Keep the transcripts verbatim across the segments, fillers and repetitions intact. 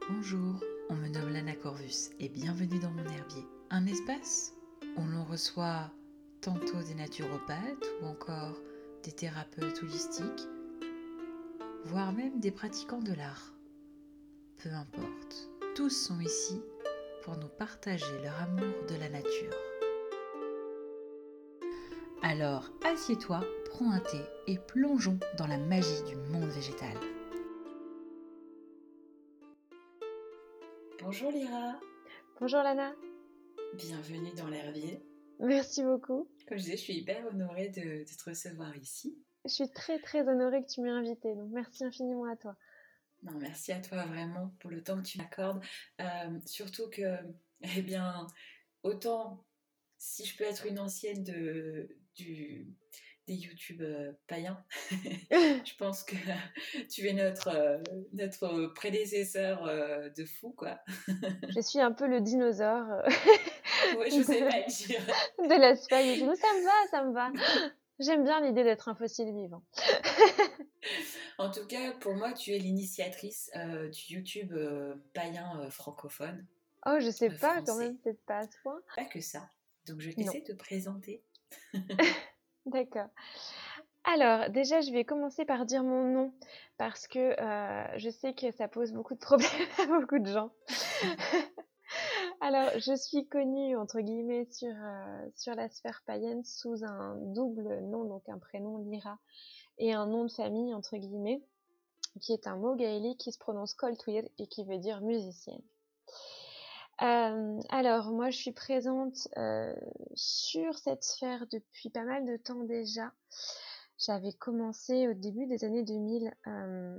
Bonjour, on me nomme Lana Corvus et bienvenue dans mon herbier. Un espace où l'on reçoit tantôt des naturopathes ou encore des thérapeutes holistiques, voire même des pratiquants de l'art. Peu importe, tous sont ici pour nous partager leur amour de la nature. Alors assieds-toi, prends un thé et plongeons dans la magie du monde végétal. Bonjour Lyra. Bonjour Lana. Bienvenue dans l'herbier. Merci beaucoup. Comme je disais, je suis hyper honorée de, de te recevoir ici. Je suis très très honorée que tu m'aies invitée, donc merci infiniment à toi. Non, merci à toi vraiment pour le temps que tu m'accordes. Euh, surtout que, eh bien, autant si je peux être une ancienne de, du, des YouTube euh, païens, je pense que tu es notre, euh, notre prédécesseur euh, de fou, quoi. Je suis un peu le dinosaure euh, Ouais, je sais pas le dire. de, de l'espace. Et je dis, non, ça me va, ça me va. J'aime bien l'idée d'être un fossile vivant. En tout cas, pour moi, tu es l'initiatrice euh, du YouTube euh, païen euh, francophone, Oh, je sais euh, pas quand même, français. peut-être pas à ce point. Pas que ça. Donc, je vais te Non, laisser te présenter. d'accord. Alors, déjà, je vais commencer par dire mon nom, parce que euh, je sais que ça pose beaucoup de problèmes à beaucoup de gens. Alors, je suis connue, entre guillemets, sur, euh, sur la sphère païenne sous un double nom, donc un prénom Lyra et un nom de famille, entre guillemets, qui est un mot gaélique qui se prononce Coltwir et qui veut dire musicienne. Euh, alors, moi, je suis présente euh, sur cette sphère depuis pas mal de temps déjà. J'avais commencé au début des années deux mille euh,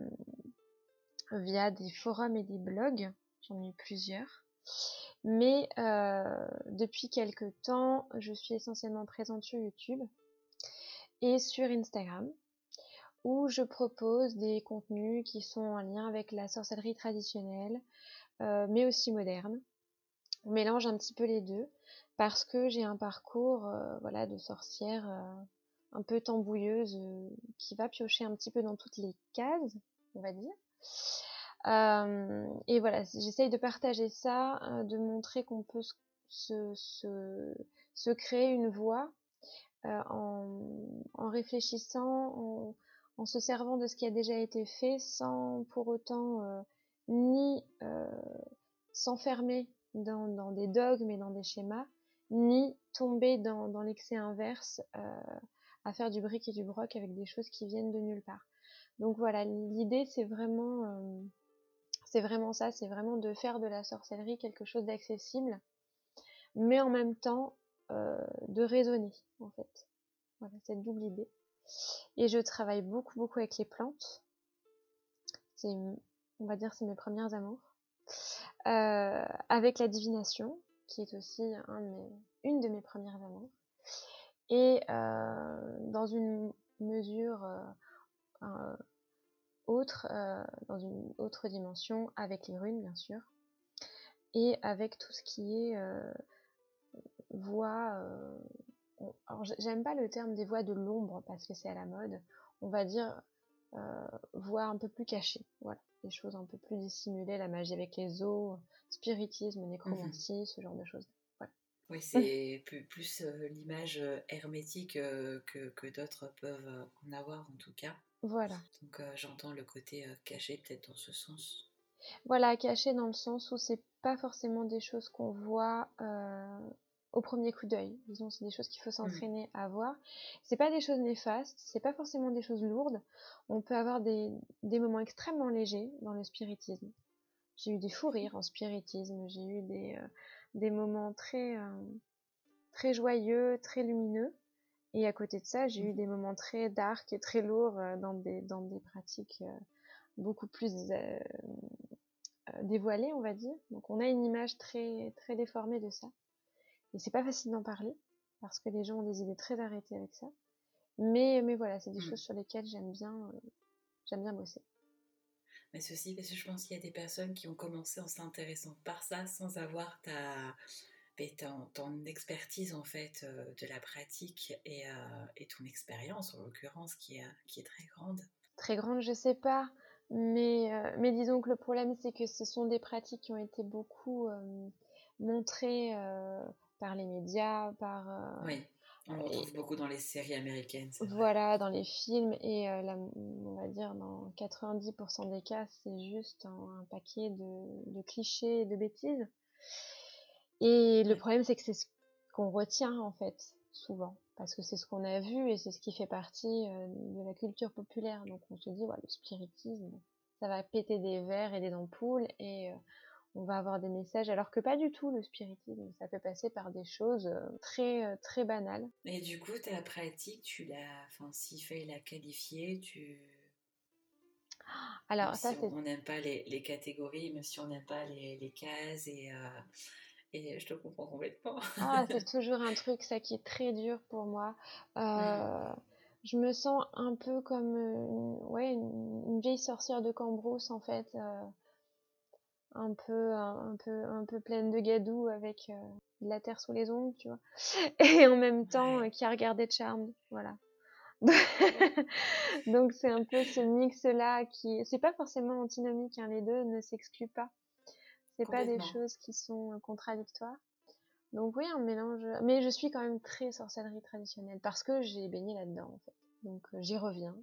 via des forums et des blogs. J'en ai eu plusieurs. Mais euh, depuis quelques temps, je suis essentiellement présente sur YouTube et sur Instagram, où je propose des contenus qui sont en lien avec la sorcellerie traditionnelle, euh, mais aussi moderne. On mélange un petit peu les deux, parce que j'ai un parcours euh, voilà, de sorcière euh, un peu tambouilleuse, euh, qui va piocher un petit peu dans toutes les cases, on va dire. Euh, et voilà, j'essaye de partager ça, euh, de montrer qu'on peut se, se, se créer une voie euh, en, en réfléchissant, en, en se servant de ce qui a déjà été fait, sans pour autant euh, ni euh, s'enfermer dans, dans des dogmes et dans des schémas, ni tomber dans, dans l'excès inverse, euh, à faire du bric et du broc avec des choses qui viennent de nulle part. Donc voilà, l'idée c'est vraiment... Euh, c'est vraiment ça, c'est vraiment de faire de la sorcellerie quelque chose d'accessible, mais en même temps euh, de raisonner, en fait. Voilà, cette double idée. Et je travaille beaucoup, beaucoup avec les plantes. C'est, on va dire, c'est mes premières amours. Euh, avec la divination, qui est aussi un de mes, une de mes premières amours. Et euh, dans une mesure euh, euh, autre, euh, dans une autre dimension, avec les runes, bien sûr. Et avec tout ce qui est euh, voix. Euh, on, alors j'aime pas le terme des voix de l'ombre parce que c'est à la mode. On va dire euh, voix un peu plus cachées. Voilà, des choses un peu plus dissimulées, la magie avec les os, spiritisme, nécromancie, mm-hmm. ce genre de choses. Voilà. Oui, c'est plus, plus euh, l'image euh, hermétique euh, que, que d'autres peuvent euh, en avoir en tout cas. Voilà. Donc euh, j'entends le côté euh, caché peut-être dans ce sens. Voilà, caché dans le sens où c'est pas forcément des choses qu'on voit euh, au premier coup d'œil. Disons, c'est des choses qu'il faut s'entraîner mmh. à voir. C'est pas des choses néfastes, c'est pas forcément des choses lourdes. On peut avoir des, des moments extrêmement légers dans le spiritisme. J'ai eu des fous rires en spiritisme, j'ai eu des, euh, des moments très, euh, très joyeux, très lumineux. Et à côté de ça, j'ai mmh. eu des moments très dark et très lourds euh, dans, des, dans des pratiques euh, beaucoup plus euh, dévoilée, on va dire. Donc on a une image très très déformée de ça. Et c'est pas facile d'en parler parce que les gens ont des idées très arrêtées avec ça. Mais mais voilà, c'est des mmh. choses sur lesquelles j'aime bien euh, j'aime bien bosser. Mais ceci parce que je pense qu'il y a des personnes qui ont commencé en s'intéressant par ça sans avoir ta ton, ton expertise en fait euh, de la pratique et, euh, et ton expérience en l'occurrence qui est, qui est très grande. Très grande, je sais pas. Mais, euh, mais disons que le problème, c'est que ce sont des pratiques qui ont été beaucoup euh, montrées euh, par les médias, par... euh, Oui, on le et, retrouve beaucoup dans les séries américaines, c'est vrai. voilà, dans les films, et euh, la- on va dire dans quatre-vingt-dix pour cent des cas, c'est juste un, un paquet de, de clichés et de bêtises. Et le Ouais, problème, c'est que c'est ce qu'on retient, en fait, souvent. Parce que c'est ce qu'on a vu et c'est ce qui fait partie euh, de la culture populaire. Donc on se dit, ouais, le spiritisme, ça va péter des verres et des ampoules et euh, on va avoir des messages. Alors que pas du tout, le spiritisme. Ça peut passer par des choses euh, très, euh, très banales. et du coup, ta pratique, tu l'as, enfin, s'il fallait la qualifier, tu, même Alors ça, si c'est... on n'aime pas les, les catégories, même si on n'aime pas les, les cases, et, euh, et je te comprends complètement. Ah, c'est toujours un truc, ça, qui est très dur pour moi. Mm. Euh, je me sens un peu comme euh, une, ouais, une, une vieille sorcière de Cambrousse, en fait. Euh, un peu, un, un peu, un peu pleine de gadou avec euh, de la terre sous les ongles, tu vois. Et en même temps, Ouais, euh, qui a regardé Charmed, voilà. Donc c'est un peu ce mix-là qui, c'est pas forcément antinomique, hein, les deux ne s'excluent pas. C'est pas des complètement. choses qui sont euh, contradictoires. Donc oui, un mélange. Mais je suis quand même très sorcellerie traditionnelle parce que j'ai baigné là-dedans en fait. Donc euh, j'y reviens.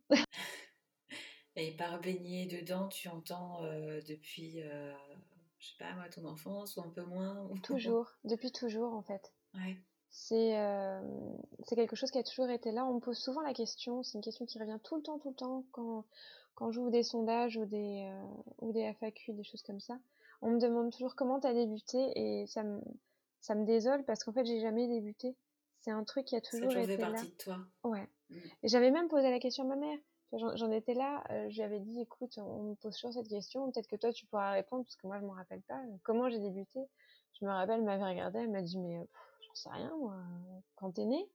Et par baigner dedans, tu entends euh, depuis, euh, je sais pas moi, ton enfance ou un peu moins ou- Toujours, depuis toujours en fait. Ouais, C'est euh, c'est quelque chose qui a toujours été là. On me pose souvent la question, c'est une question qui revient tout le temps, tout le temps, quand, quand j'ouvre des sondages ou des, euh, ou des F A Q, des choses comme ça. On me demande toujours comment t'as débuté et ça me, ça me désole parce qu'en fait, j'ai jamais débuté. C'est un truc qui a ça a toujours toujours fait été là. partie de toi. Ouais. Mm. Et j'avais même posé la question à ma mère. J'en j'en étais là, euh, je lui avais dit, écoute, on me pose toujours cette question, peut-être que toi tu pourras répondre parce que moi je m'en rappelle pas. Comment j'ai débuté? Je me rappelle, elle m'avait regardée, elle m'a dit, mais euh, pff, j'en sais rien moi, quand t'es née.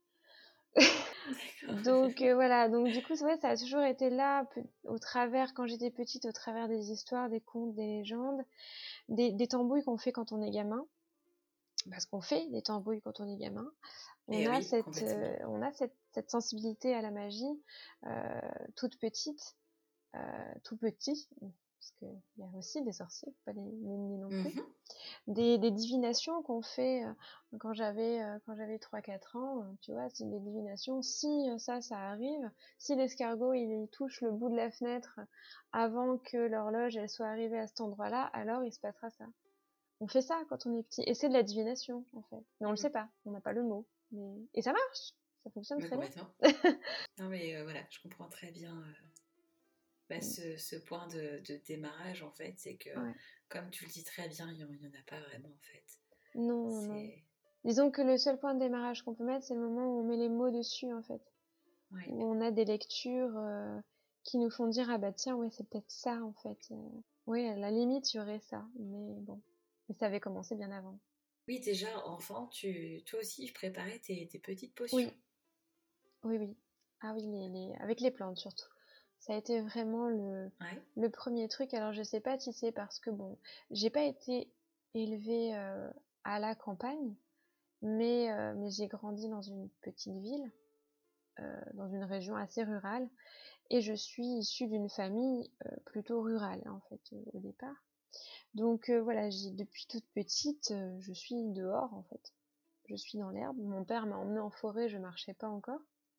D'accord. Donc euh, voilà, donc du coup, ouais, ça a toujours été là, pe- au travers, quand j'étais petite, au travers des histoires, des contes, des légendes, des, des tambouilles qu'on fait quand on est gamin, parce qu'on fait des tambouilles quand on est gamin. On Et a oui, cette, euh, complètement. on a cette, cette sensibilité à la magie, euh, toute petite, euh, tout petit, parce qu'il y a aussi des sorciers, faut pas les nier non plus. Mhm. Des, des divinations qu'on fait euh, quand j'avais euh, quand j'avais trois quatre ans, euh, tu vois, c'est des divinations. Si euh, ça, ça arrive, si l'escargot il, il touche le bout de la fenêtre avant que l'horloge elle soit arrivée à cet endroit-là, alors il se passera ça. On fait ça quand on est petit, et c'est de la divination en fait. Mais on le Mm. sait pas, on n'a pas le mot. Mais... Et ça marche, ça fonctionne Mais très bien. complètement. Non mais euh, voilà, je comprends très bien euh, bah, ce, ce point de, de démarrage en fait, c'est que Ouais. comme tu le dis très bien, il n'y en, il y en a pas vraiment en fait. Non, non. C'est... Disons que le seul point de démarrage qu'on peut mettre, c'est le moment où on met les mots dessus, en fait. Ouais. Où on a des lectures euh, qui nous font dire, ah bah tiens, ouais, c'est peut-être ça, en fait. Euh, oui, à la limite, il y aurait ça. Mais bon. Mais ça avait commencé bien avant. Oui, déjà, enfant, tu, toi aussi, je préparais tes, tes petites Oui, potions. oui, oui. Ah oui, les, les... avec les plantes, surtout. Ça a été vraiment le, Ouais. le premier truc. Alors, je sais pas si c'est parce que, bon, j'ai pas été élevée euh, à la campagne, mais, euh, mais j'ai grandi dans une petite ville, euh, dans une région assez rurale. Et je suis issue d'une famille euh, plutôt rurale, hein, en fait, euh, au départ. Donc euh, voilà, j'ai, depuis toute petite, euh, je suis dehors, en fait. Je suis dans l'herbe. Mon père m'a emmenée en forêt, je marchais pas encore.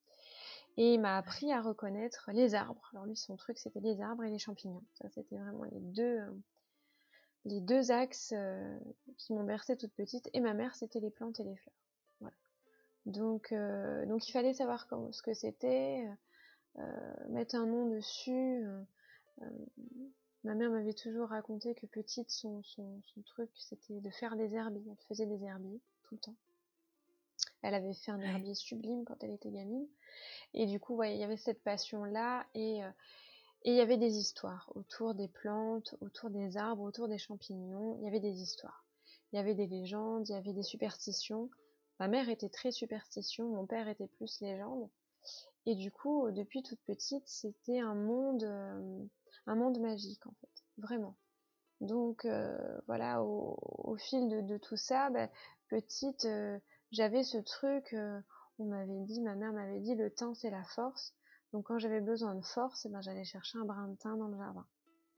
Et il m'a Ouais. appris à reconnaître les arbres. Alors lui, son truc, c'était les arbres et les champignons. Ça, c'était vraiment les deux, euh, les deux axes euh, qui m'ont bercée toute petite. Et ma mère, c'était les plantes et les fleurs. Voilà. Donc, euh, donc il fallait savoir comment, ce que c'était, euh, mettre un nom dessus. Euh, euh, ma mère m'avait toujours raconté que petite, son, son, son truc, c'était de faire des herbiers. Elle faisait des herbiers tout le temps. Elle avait fait un Ouais. herbier sublime quand elle était gamine. Et du coup, ouais, il y avait cette passion-là. Et, euh, et il y avait des histoires autour des plantes, autour des arbres, autour des champignons. Il y avait des histoires. Il y avait des légendes, il y avait des superstitions. Ma mère était très superstition, mon père était plus légende. Et du coup, depuis toute petite, c'était un monde, euh, un monde magique en fait, vraiment. Donc euh, voilà, au, au fil de, de tout ça, bah, petite, euh, j'avais ce truc, euh, on m'avait dit, ma mère m'avait dit, le thym c'est la force. Donc quand j'avais besoin de force, eh ben, j'allais chercher un brin de thym dans le jardin.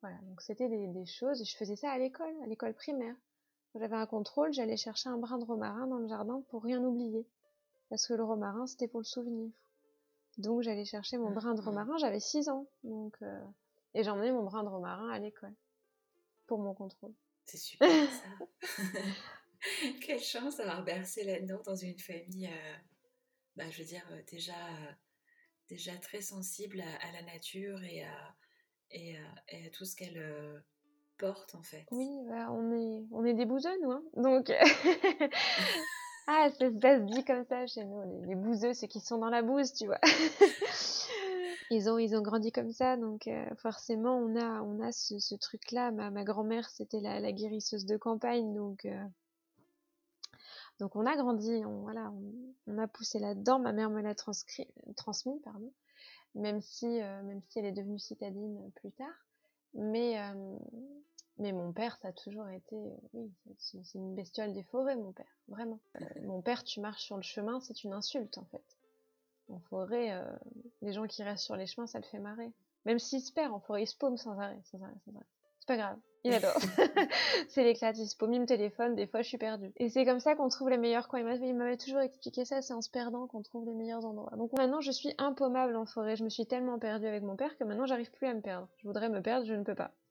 Voilà, donc c'était des, des choses, et je faisais ça à l'école, à l'école primaire. Quand j'avais un contrôle, j'allais chercher un brin de romarin dans le jardin pour rien oublier. Parce que le romarin, c'était pour le souvenir. Donc j'allais chercher mon brin de romarin, j'avais six ans. Donc, euh, et j'emmenais mon brin de romarin à l'école pour mon contrôle. C'est super ça. Quelle chance d'avoir bercé là-dedans dans une famille, euh, bah, je veux dire, euh, déjà, euh, déjà très sensible à, à la nature et à, et, à, et à tout ce qu'elle euh, porte en fait. Oui, bah, on, est, on est des bouseux, nous. Hein. Donc, ah, ça, ça se dit comme ça chez nous, les, les bouseux, ceux qui sont dans la bouse, tu vois. Ils ont, ils ont grandi comme ça, donc euh, forcément, on a, on a ce, ce truc-là. Ma, ma grand-mère, c'était la, la guérisseuse de campagne, donc, euh, donc on a grandi, on, voilà, on, on a poussé là-dedans. Ma mère me l'a transcrit, transmis, pardon, même si, euh, même si elle est devenue citadine plus tard. Mais, euh, mais mon père, ça a toujours été, euh, oui, c'est, c'est une bestiole des forêts, mon père, vraiment. Euh, mon père, tu marches sur le chemin, c'est une insulte, en fait. En forêt, euh, les gens qui restent sur les chemins, ça le fait marrer. Même s'il se perd en forêt, il se paume sans arrêt, sans arrêt, sans arrêt. C'est pas grave, il adore. C'est l'éclat, il se paume, il me téléphone, des fois je suis perdue. Et c'est comme ça qu'on trouve les meilleurs coins. Il m'avait toujours expliqué ça, c'est en se perdant qu'on trouve les meilleurs endroits. Donc maintenant, je suis impaumable en forêt. Je me suis tellement perdue avec mon père que maintenant, j'arrive plus à me perdre. Je voudrais me perdre, je ne peux pas.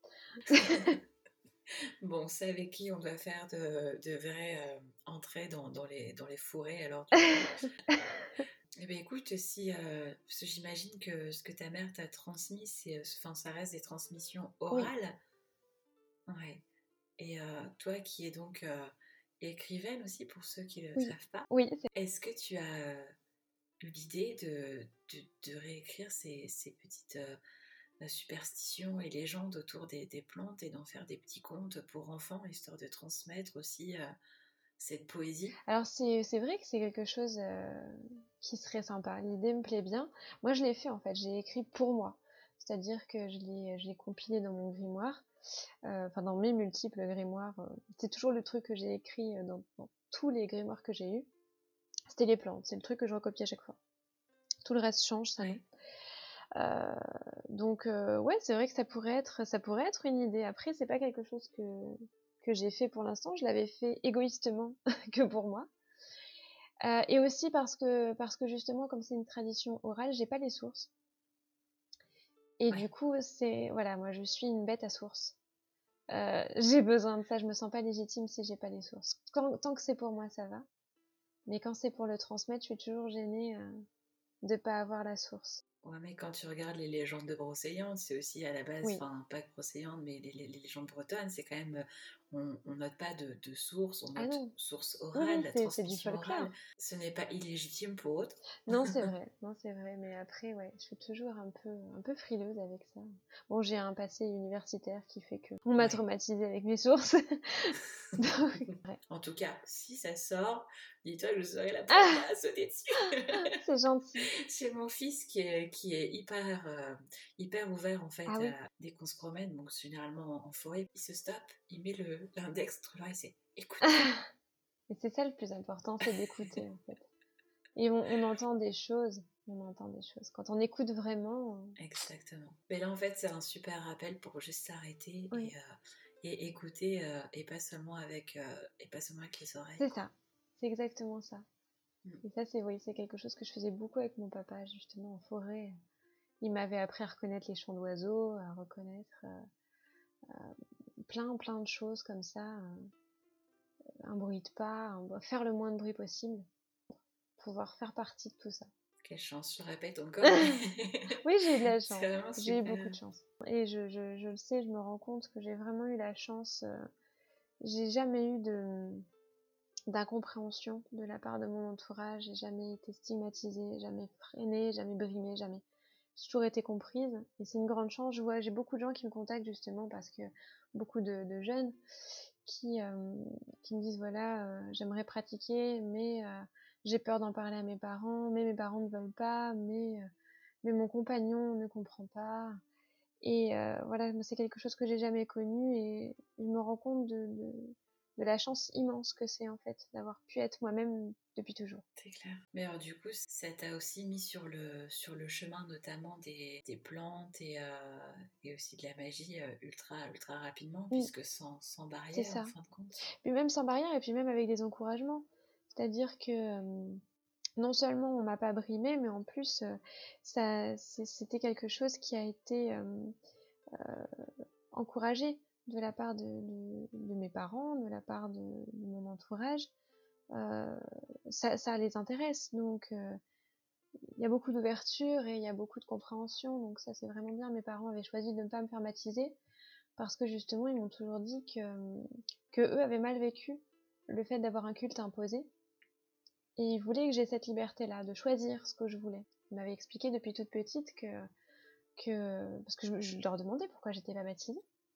Bon, c'est avec qui on doit faire de, de vraies euh, entrées dans, dans, les, dans les fourrés alors du coup. Eh bien écoute, si, euh, parce que j'imagine que ce que ta mère t'a transmis, c'est, enfin, ça reste des transmissions Oui. orales. Ouais. Et euh, toi qui es donc euh, écrivaine aussi, pour ceux qui ne le Oui. savent pas, Oui, c'est... est-ce que tu as euh, eu l'idée de, de, de réécrire ces, ces petites euh, superstitions et légendes autour des, des plantes et d'en faire des petits contes pour enfants, histoire de transmettre aussi euh, cette poésie? Alors c'est, c'est vrai que c'est quelque chose euh, qui serait sympa. L'idée me plaît bien. Moi, je l'ai fait en fait. J'ai écrit pour moi. C'est-à-dire que je l'ai, je l'ai compilé dans mon grimoire. Euh, enfin dans mes multiples grimoires. Euh, c'est toujours le truc que j'ai écrit euh, dans, dans tous les grimoires que j'ai eus. C'était les plantes. C'est le truc que je recopie à chaque fois. Tout le reste change, ça non. Euh, donc euh, ouais, c'est vrai que ça pourrait être, ça pourrait être une idée. Après, c'est pas quelque chose que que j'ai fait pour l'instant. Je l'avais fait égoïstement que pour moi. Euh, et aussi parce que parce que justement, comme c'est une tradition orale, j'ai pas les sources. Et Ouais. du coup, c'est voilà, moi je suis une bête à sources. Euh, j'ai besoin de ça. Je me sens pas légitime si j'ai pas les sources. Quand, tant que c'est pour moi, ça va. Mais quand c'est pour le transmettre, je suis toujours gênée euh, de pas avoir la source. Ouais, mais quand tu regardes les légendes de Brocéliande, c'est aussi à la base, Oui. enfin, pas que Brocéliande, mais les, les, les légendes bretonnes, c'est quand même, on, on note pas de, de source, on Ah note non. source Oui, orale, oui, la c'est, c'est du transmission folklore. orale. Ce n'est pas illégitime pour autre. Non, c'est vrai, non, c'est vrai, mais après, ouais, je suis toujours un peu, un peu frileuse avec ça. Bon, j'ai un passé universitaire qui fait que on m'a Ouais. traumatisée avec mes sources. Donc, ouais. En tout cas, si ça sort, dis-toi, je serai la première Ah, à sauter dessus. c'est gentil. J'ai mon fils qui est, qui est hyper, euh, hyper ouvert en fait, Ah oui. à, dès qu'on se promène, donc généralement en, en forêt, il se stoppe, il met le, l'index entre là et c'est écoute. Et c'est ça le plus important, c'est d'écouter en fait. Et on, on entend des choses, on entend des choses. Quand on écoute vraiment. On... Exactement. Mais là en fait, c'est un super rappel pour juste s'arrêter Oui. et, euh, et écouter euh, et pas seulement avec euh, et pas seulement avec les oreilles. C'est Quoi. ça, c'est exactement ça. Mm. Et ça, c'est oui, c'est quelque chose que je faisais beaucoup avec mon papa, justement, en forêt. Il m'avait appris à reconnaître les chants d'oiseaux, à reconnaître euh, euh, plein, plein de choses comme ça. Euh, un bruit de pas, un... faire le moins de bruit possible, pouvoir faire partie de tout ça. Quelle chance, je le répète encore. Mais... Oui, j'ai eu de la c'est chance. vraiment J'ai eu super. beaucoup de chance. Et je, je, je le sais, je me rends compte que j'ai vraiment eu la chance. Euh, j'ai jamais eu de d'incompréhension de la part de mon entourage. J'ai jamais été stigmatisée, jamais freinée, jamais brimée, jamais. J'ai toujours été comprise. Et c'est une grande chance. Je vois, j'ai beaucoup de gens qui me contactent justement parce que beaucoup de, de jeunes qui, euh, qui me disent voilà, euh, j'aimerais pratiquer, mais euh, j'ai peur d'en parler à mes parents, mais mes parents ne veulent pas, mais, euh, mais mon compagnon ne comprend pas. Et euh, voilà, c'est quelque chose que j'ai jamais connu et je me rends compte de, de, de la chance immense que c'est en fait d'avoir pu être moi-même depuis toujours. C'est clair. Mais alors du coup, ça t'a aussi mis sur le, sur le chemin notamment des, des plantes et, euh, et aussi de la magie euh, ultra, ultra rapidement, Mm, puisque sans, sans c'est barrière en ça. fin de compte. Puis même sans barrière et puis même avec des encouragements. C'est-à-dire que euh, non seulement on m'a pas brimée, mais en plus euh, ça, c'était quelque chose qui a été euh, euh, encouragé de la part de, de, de mes parents, de la part de, de mon entourage. Euh, ça, ça les intéresse, donc euh, il y a beaucoup d'ouverture et il y a beaucoup de compréhension, donc ça c'est vraiment bien. Mes parents avaient choisi de ne pas me faire baptiser parce que justement ils m'ont toujours dit que, que eux avaient mal vécu le fait d'avoir un culte imposé et ils voulaient que j'ai cette liberté-là de choisir ce que je voulais. Ils m'avaient expliqué depuis toute petite que, que parce que je, je leur demandais pourquoi j'étais pas baptisée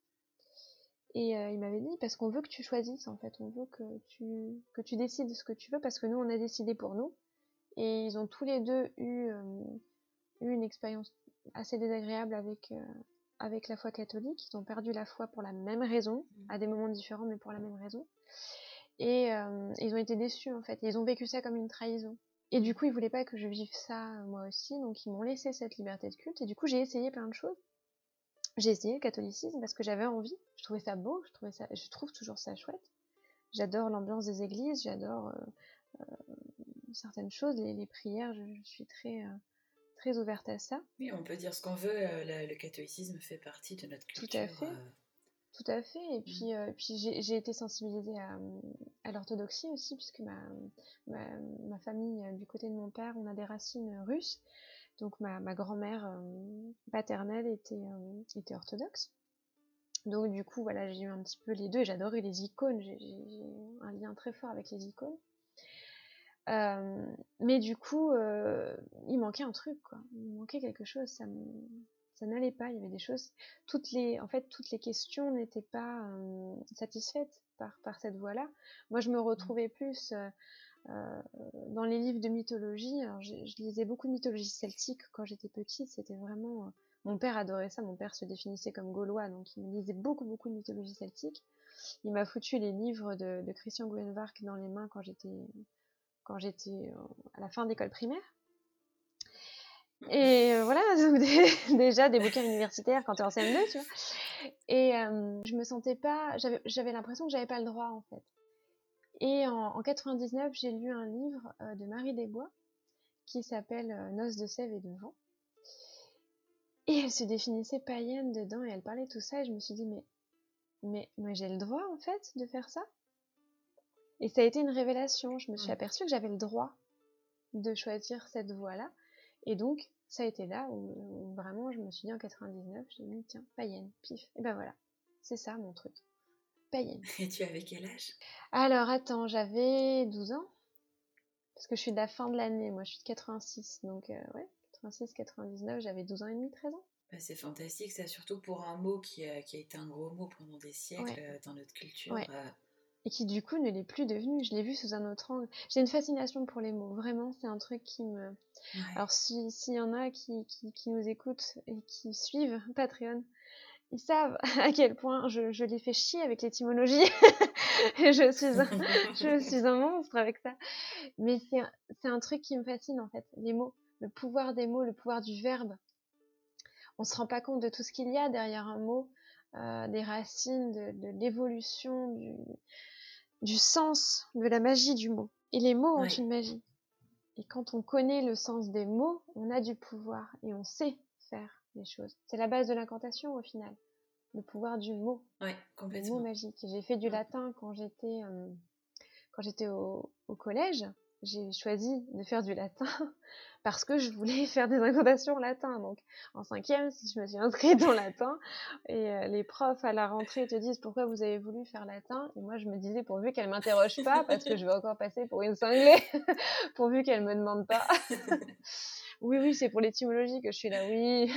et euh, ils m'avaient dit parce qu'on veut que tu choisisses en fait, on veut que tu que tu décides ce que tu veux parce que nous on a décidé pour nous et ils ont tous les deux eu euh, eu une expérience assez désagréable avec, euh, avec la foi catholique. Ils ont perdu la foi pour la même raison, à des moments différents, mais pour la même raison. Et euh, ils ont été déçus, en fait. Et ils ont vécu ça comme une trahison. Et du coup, ils voulaient pas que je vive ça, euh, moi aussi. Donc, ils m'ont laissé cette liberté de culte. Et du coup, j'ai essayé plein de choses. J'ai essayé le catholicisme parce que j'avais envie. Je trouvais ça beau. Je, trouvais ça, je trouve toujours ça chouette. J'adore l'ambiance des églises. J'adore euh, euh, certaines choses. Les, les prières, je, je suis très... Euh, très ouverte à ça. Oui, on peut dire ce qu'on veut, euh, le, le catholicisme fait partie de notre Tout à culture. fait, euh. tout à fait. Et Mm. puis, euh, puis j'ai, j'ai été sensibilisée à, à l'orthodoxie aussi, puisque ma, ma, ma famille, euh, du côté de mon père, on a des racines russes. Donc ma, ma grand-mère euh, paternelle était, euh, était orthodoxe. Donc du coup, voilà, j'ai eu un petit peu les deux et j'adorais les icônes. J'ai, j'ai, j'ai un lien très fort avec les icônes. Euh, mais du coup, euh, il manquait un truc, quoi. Il manquait quelque chose. Ça, me, ça n'allait pas. Il y avait des choses. Toutes les, en fait, toutes les questions n'étaient pas euh, satisfaites par par cette voie-là. Moi, je me retrouvais plus euh, euh, dans les livres de mythologie. Alors, je, je lisais beaucoup de mythologie celtique quand j'étais petite. C'était vraiment. Euh, mon père adorait ça. Mon père se définissait comme gaulois, donc il me lisait beaucoup, beaucoup de mythologie celtique. Il m'a foutu les livres de, de Christian Gouenvark dans les mains quand j'étais quand j'étais à la fin d'école primaire. Et euh, voilà, donc des, déjà des bouquins universitaires quand t'es en C M deux, tu vois. Et euh, je me sentais pas, j'avais, j'avais l'impression que j'avais pas le droit en fait. Et en, en quatre-vingt-dix-neuf, j'ai lu un livre euh, de Marie Desbois qui s'appelle euh, Noces de sève et de vent. Et elle se définissait païenne dedans et elle parlait tout ça et je me suis dit mais mais, mais j'ai le droit en fait de faire ça. Et ça a été une révélation. Je me suis aperçue que j'avais le droit de choisir cette voie-là. Et donc, ça a été là où, où vraiment je me suis dit en quatre-vingt-dix-neuf, j'ai mis tiens, païenne, pif. Et ben voilà, c'est ça mon truc. Païenne. Et tu avais quel âge? Alors attends, j'avais douze ans. Parce que je suis de la fin de l'année, moi je suis de quatre-vingt-six. Donc euh, ouais, quatre-vingt-six, quatre-vingt-dix-neuf, j'avais douze ans et demi, treize ans. Bah, c'est fantastique, ça, surtout pour un mot qui a, qui a été un gros mot pendant des siècles Ouais, euh, dans notre culture. ouais. euh. Et qui du coup ne l'est plus devenu. Je l'ai vu sous un autre angle. J'ai une fascination pour les mots. Vraiment, c'est un truc qui me... Ouais. Alors si s'il y en a qui, qui, qui nous écoutent et qui suivent Patreon, ils savent à quel point je, je les fais chier avec l'étymologie. Et je suis un, je suis un monstre avec ça. Mais c'est, c'est un truc qui me fascine en fait, les mots, le pouvoir des mots, le pouvoir du verbe. On se rend pas compte de tout ce qu'il y a derrière un mot, euh, des racines, de, de l'évolution, du, du sens, de la magie du mot. Et les mots ont Ouais. une magie. Et quand on connaît le sens des mots, on a du pouvoir et on sait faire les choses. C'est la base de l'incantation au final. Le pouvoir du mot, Ouais, le mot complètement. magique. J'ai fait du Mm. latin quand j'étais euh, quand j'étais au, au collège. J'ai choisi de faire du latin parce que je voulais faire des incantations en latin. Donc en cinquième, si je me suis inscrite en latin, et euh, les profs à la rentrée te disent pourquoi vous avez voulu faire latin, et moi je me disais pourvu qu'elle m'interroge pas parce que je vais encore passer pour une cinglée, pourvu qu'elle me demande pas. Oui oui, c'est pour l'étymologie que je suis là. Oui.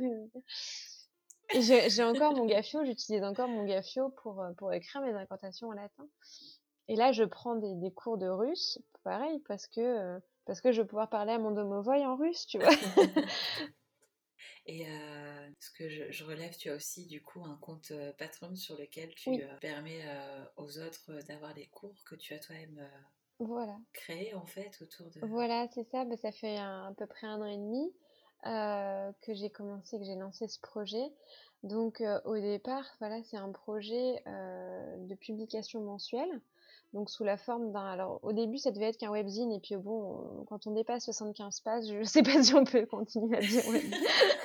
Et j'ai, j'ai encore mon gaffio, j'utilise encore mon gaffio pour, pour écrire mes incantations en latin. Et là, je prends des, des cours de russe, pareil, parce que, euh, parce que je vais pouvoir parler à mon domovoy en russe, tu vois. Et euh, ce que je, je relève, tu as aussi du coup un compte euh, Patreon sur lequel tu Oui, euh, permets euh, aux autres euh, d'avoir des cours que tu as toi-même euh, voilà. créés en fait autour de... Voilà, c'est ça. Bah, ça fait un- à peu près un an et demi euh, que j'ai commencé, que j'ai lancé ce projet. Donc euh, au départ, voilà, c'est un projet euh, de publication mensuelle. Donc sous la forme d'un. Alors au début, ça devait être qu'un webzine, et puis bon, euh, quand on dépasse soixante-quinze pages, je sais pas si on peut continuer à dire web.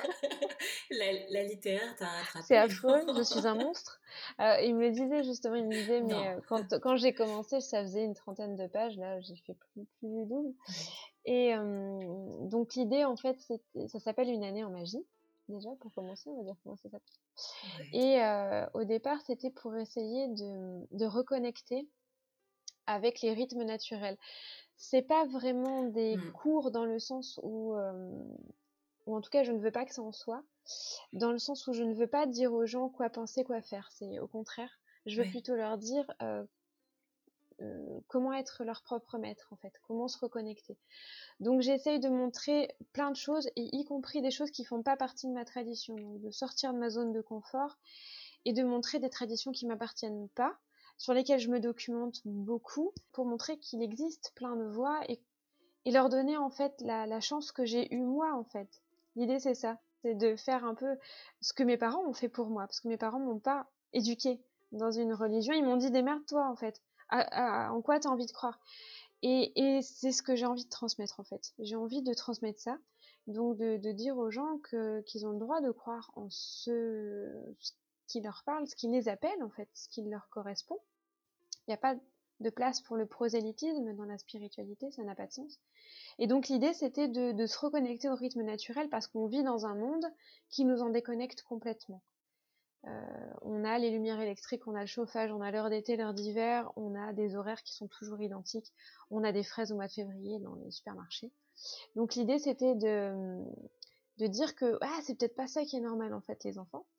la, la littéraire t'a C'est rattrapé. affreux, je suis un monstre. Euh, il me disait justement, il me disait, mais Non. euh, quand, quand j'ai commencé, ça faisait une trentaine de pages. Là, j'ai fait plus, plus du double. Ouais. Et euh, donc l'idée, en fait, c'était- ça s'appelle Une année en magie. Déjà, pour commencer, on va dire comment ça s'appelle. Ouais. Et euh, au départ, c'était pour essayer de, de reconnecter avec les rythmes naturels. C'est pas vraiment des Mm. cours dans le sens où, euh, ou en tout cas, je ne veux pas que ça en soit, dans le sens où je ne veux pas dire aux gens quoi penser, quoi faire. C'est au contraire, je veux Ouais. plutôt leur dire euh, euh, comment être leur propre maître, en fait, comment se reconnecter. Donc j'essaye de montrer plein de choses, et y compris des choses qui font pas partie de ma tradition, donc de sortir de ma zone de confort et de montrer des traditions qui m'appartiennent pas, sur lesquelles je me documente beaucoup, pour montrer qu'il existe plein de voies, et, et leur donner en fait la, la chance que j'ai eue moi en fait. L'idée c'est ça, c'est de faire un peu ce que mes parents ont fait pour moi, parce que mes parents m'ont pas éduquée dans une religion, ils m'ont dit démerde-toi en fait, à, à, en quoi t'as envie de croire. Et, et c'est ce que j'ai envie de transmettre en fait. J'ai envie de transmettre ça, donc de, de dire aux gens que qu'ils ont le droit de croire en ce, ce qui leur parle, ce qui les appelle en fait, ce qui leur correspond. Il n'y a pas de place pour le prosélytisme dans la spiritualité, ça n'a pas de sens. Et donc l'idée c'était de, de se reconnecter au rythme naturel, parce qu'on vit dans un monde qui nous en déconnecte complètement. Euh, on a les lumières électriques, on a le chauffage, on a l'heure d'été, l'heure d'hiver, on a des horaires qui sont toujours identiques, on a des fraises au mois de février dans les supermarchés. Donc l'idée c'était de, de dire que ah, c'est peut-être pas ça qui est normal en fait, les enfants,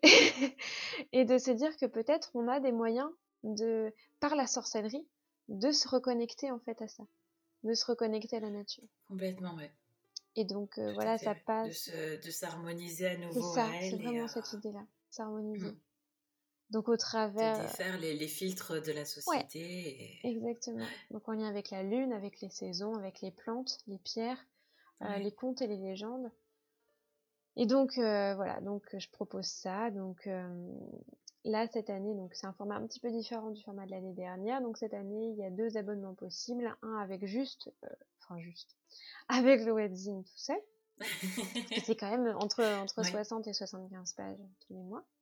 et de se dire que peut-être on a des moyens de, par la sorcellerie, de se reconnecter en fait à ça, de se reconnecter à la nature. Complètement, ouais. Et donc euh, Tout à voilà, fait, ça ouais. De passe. se, de s'harmoniser à C'est nouveau à ça, c'est elle et vraiment euh, cette idée-là, s'harmoniser. mm, Donc au de travers, défaire les, les filtres de la ouais, société. Et... exactement. Donc en lien avec la lune, avec les saisons, avec les plantes, les pierres, euh, Ouais. les contes et les légendes. Et donc euh, voilà, donc je propose ça. Donc euh, là cette année, donc c'est un format un petit peu différent du format de l'année dernière. Donc cette année, il y a deux abonnements possibles, un avec juste, euh, enfin juste, avec le webzine tout seul, parce que c'est quand même entre entre Ouais. soixante et soixante-quinze pages tous les mois,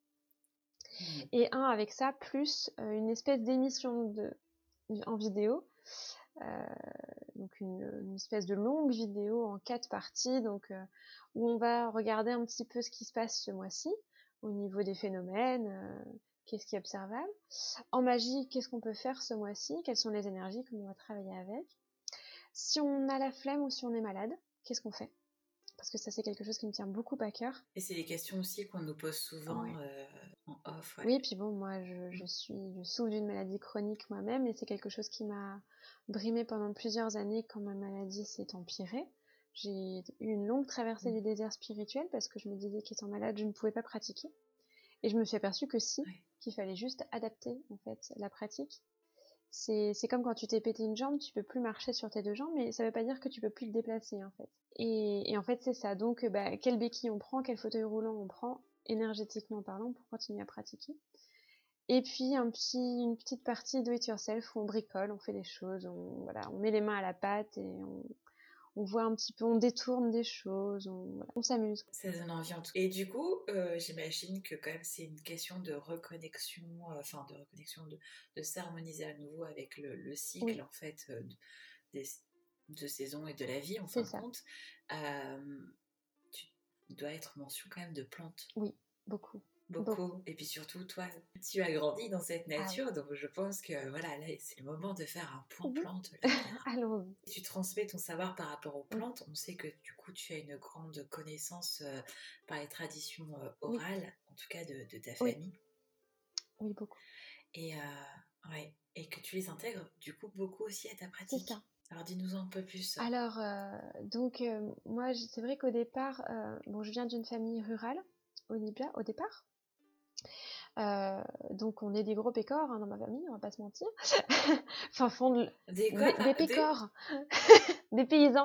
Mm. et un avec ça plus euh, une espèce d'émission de en vidéo. Euh, donc une, une, espèce de longue vidéo en quatre parties, donc euh, où on va regarder un petit peu ce qui se passe ce mois-ci au niveau des phénomènes, euh, qu'est-ce qui est observable. En magie, qu'est-ce qu'on peut faire ce mois-ci, quelles sont les énergies qu'on doit travailler avec. Si on a la flemme ou si on est malade, qu'est-ce qu'on fait? Parce que ça, c'est quelque chose qui me tient beaucoup à cœur. Et c'est des questions aussi qu'on nous pose souvent Ouais. euh, en off, ouais. Oui, puis bon, moi, je, je suis, je souffre d'une maladie chronique moi-même, et c'est quelque chose qui m'a brimée pendant plusieurs années quand ma maladie s'est empirée. J'ai eu une longue traversée Mm. du désert spirituel, parce que je me disais qu'étant malade, je ne pouvais pas pratiquer. Et je me suis aperçue que si, Ouais. qu'il fallait juste adapter, en fait, la pratique. C'est, c'est comme quand tu t'es pété une jambe, tu peux plus marcher sur tes deux jambes, mais ça veut pas dire que tu peux plus te déplacer, en fait. Et, et en fait, c'est ça. Donc, bah, quel béquille on prend, quel fauteuil roulant on prend, énergétiquement parlant, pour continuer à pratiquer. Et puis un petit, une petite partie do it yourself où on bricole, on fait des choses, on, voilà, on met les mains à la pâte et on, on voit un petit peu, on détourne des choses, on, voilà, on s'amuse. Ça donne envie en tout cas. Et du coup, euh, j'imagine que quand même c'est une question de reconnexion, euh, enfin de reconnexion, de, de s'harmoniser à nouveau avec le, le cycle Oui, en fait euh, de, des, de saison et de la vie en c'est fin de ça. compte. Euh, tu dois être mention quand même de plantes. Oui, beaucoup, beaucoup. Beaucoup. Et puis surtout, toi, tu as grandi dans cette Ah oui. nature, donc je pense que voilà, là, c'est le moment de faire un point Mhm. plante. Là, il y a- Allons-y. Tu transmets ton savoir par rapport aux Oui, plantes. On sait que du coup, tu as une grande connaissance euh, par les traditions euh, oui, orales, en tout cas de, de ta oui, famille. oui, beaucoup. Et, euh, ouais. Et que tu les intègres du coup beaucoup aussi à ta C'est ça. pratique. Alors dis-nous un peu plus. Alors, euh, donc, euh, moi, j- c'est vrai qu'au départ, euh, bon, je viens d'une famille rurale, au Libya, au départ. Euh, donc, on est des gros pécores hein, dans ma famille, on va pas se mentir. Enfin, fond de... Des quoi des, des par... Des... pécores, des paysans.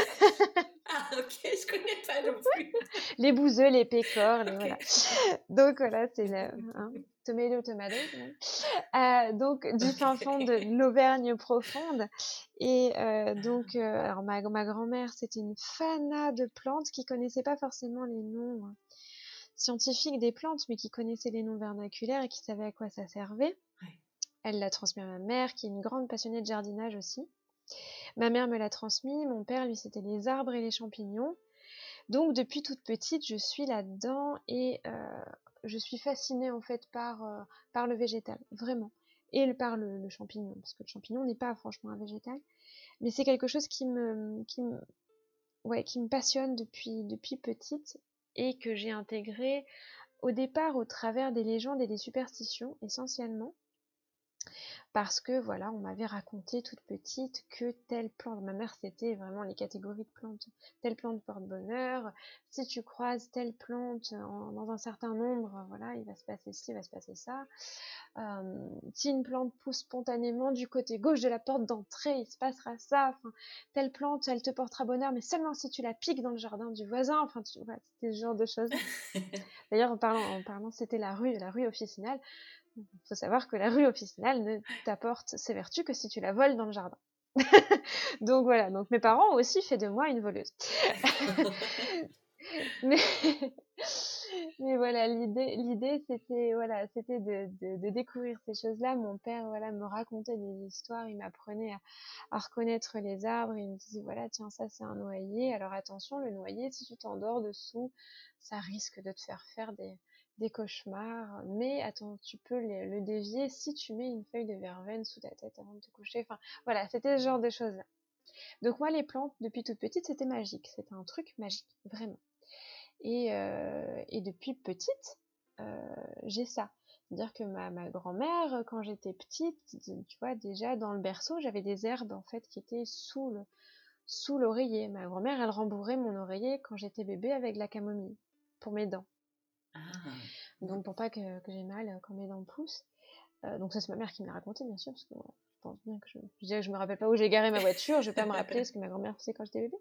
Ah ok, je connais pas non plus. Les bouseux, les pécores, les voilà. Ok. Donc voilà, c'est le hein, tomato, tomato. Euh, donc du fin fond de Ok. l'Auvergne profonde. Et euh, donc, euh, alors ma, ma grand-mère, c'était une fanat de plantes qui connaissait pas forcément les noms hein, scientifiques des plantes, mais qui connaissait les noms vernaculaires et qui savait à quoi ça servait. Ouais. Elle l'a transmis à ma mère, qui est une grande passionnée de jardinage aussi. Ma mère me l'a transmis, mon père, lui, c'était les arbres et les champignons. Donc depuis toute petite, je suis là-dedans et euh, je suis fascinée en fait par, euh, par le végétal, vraiment. Et le- par le, le champignon, parce que le champignon n'est pas franchement un végétal, mais c'est quelque chose qui me, qui me, ouais, qui me passionne depuis, depuis petite et que j'ai intégré au départ au travers des légendes et des superstitions essentiellement. Parce que voilà, on m'avait raconté toute petite que telle plante, ma mère c'était vraiment les catégories de plantes, telle plante porte bonheur, si tu croises telle plante en- dans un certain nombre, voilà, il va se passer ci, il va se passer ça. Euh, si une plante pousse spontanément du côté gauche de la porte d'entrée, il se passera ça. Enfin, telle plante, elle te portera bonheur, mais seulement si tu la piques dans le jardin du voisin. Enfin, tu, voilà, c'était ce genre de choses. D'ailleurs, en parlant, en parlant, c'était la rue, la rue officinale. Il faut savoir que la rue officinale ne t'apporte ses vertus que si tu la voles dans le jardin. Donc voilà, donc mes parents ont aussi fait de moi une voleuse. D'accord. mais, mais voilà, l'idée, l'idée c'était voilà, c'était de, de, de découvrir ces choses-là. Mon père voilà me racontait des histoires, il m'apprenait à, à reconnaître les arbres. Il me disait voilà tiens ça c'est un noyer. Alors attention le noyer si tu t'endors dessous, ça risque de te faire faire des des cauchemars, mais attends, tu peux le, le dévier si tu mets une feuille de verveine sous ta tête avant de te coucher. Enfin, voilà, c'était ce genre de choses-là. Donc moi, les plantes, depuis toute petite, c'était magique. C'était un truc magique, vraiment. Et, euh, et depuis petite, euh, j'ai ça. C'est-à-dire que ma, ma grand-mère, quand j'étais petite, tu vois, déjà dans le berceau, j'avais des herbes en fait qui étaient sous le sous l'oreiller. Ma grand-mère, elle rembourrait mon oreiller quand j'étais bébé avec de la camomille pour mes dents. Ah. Donc pour pas que, que j'ai mal quand mes dents poussent. Euh, donc ça c'est ma mère qui me l'a raconté bien sûr parce que ouais, je pense bien que je, je, je me rappelle pas où j'ai garé ma voiture, je vais pas me rappeler ce que ma grand-mère faisait quand j'étais bébé.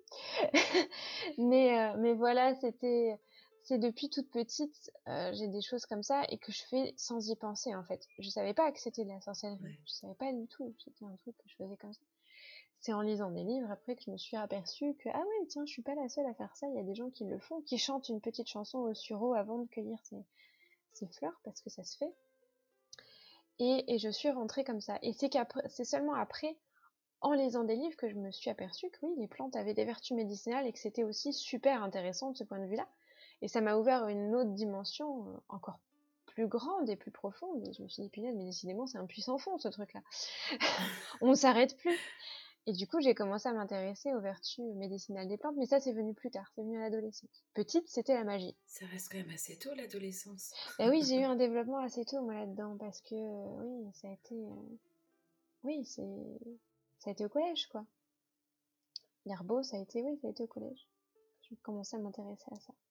mais euh, mais voilà, c'était c'est depuis toute petite, euh, j'ai des choses comme ça et que je fais sans y penser en fait. Je savais pas que c'était de la sorcellerie, Ouais. je savais pas du tout, c'était un truc que je faisais comme ça. C'est en lisant des livres après que je me suis aperçue que ah ouais tiens je suis pas la seule à faire ça, il y a des gens qui le font, qui chantent une petite chanson au sureau avant de cueillir ces, ces fleurs parce que ça se fait. Et, et je suis rentrée comme ça. Et c'est qu'après, c'est seulement après, en lisant des livres, que je me suis aperçue que oui, les plantes avaient des vertus médicinales et que c'était aussi super intéressant de ce point de vue-là. Et ça m'a ouvert une autre dimension euh, encore plus grande et plus profonde. Et je me suis dit, punaise, mais décidément, c'est un puissant fond, ce truc-là. On ne s'arrête plus. Et du coup, j'ai commencé à m'intéresser aux vertus médicinales des plantes, mais ça, c'est venu plus tard, c'est venu à l'adolescence. Petite, c'était la magie. Ça reste quand même assez tôt l'adolescence. Et oui, j'ai eu un développement assez tôt, moi, là-dedans, parce que, euh, oui, ça a été... euh, oui, c'est... ça a été au collège, quoi. L'herbo, ça a été, oui, ça a été au collège. Je commençais à m'intéresser à ça.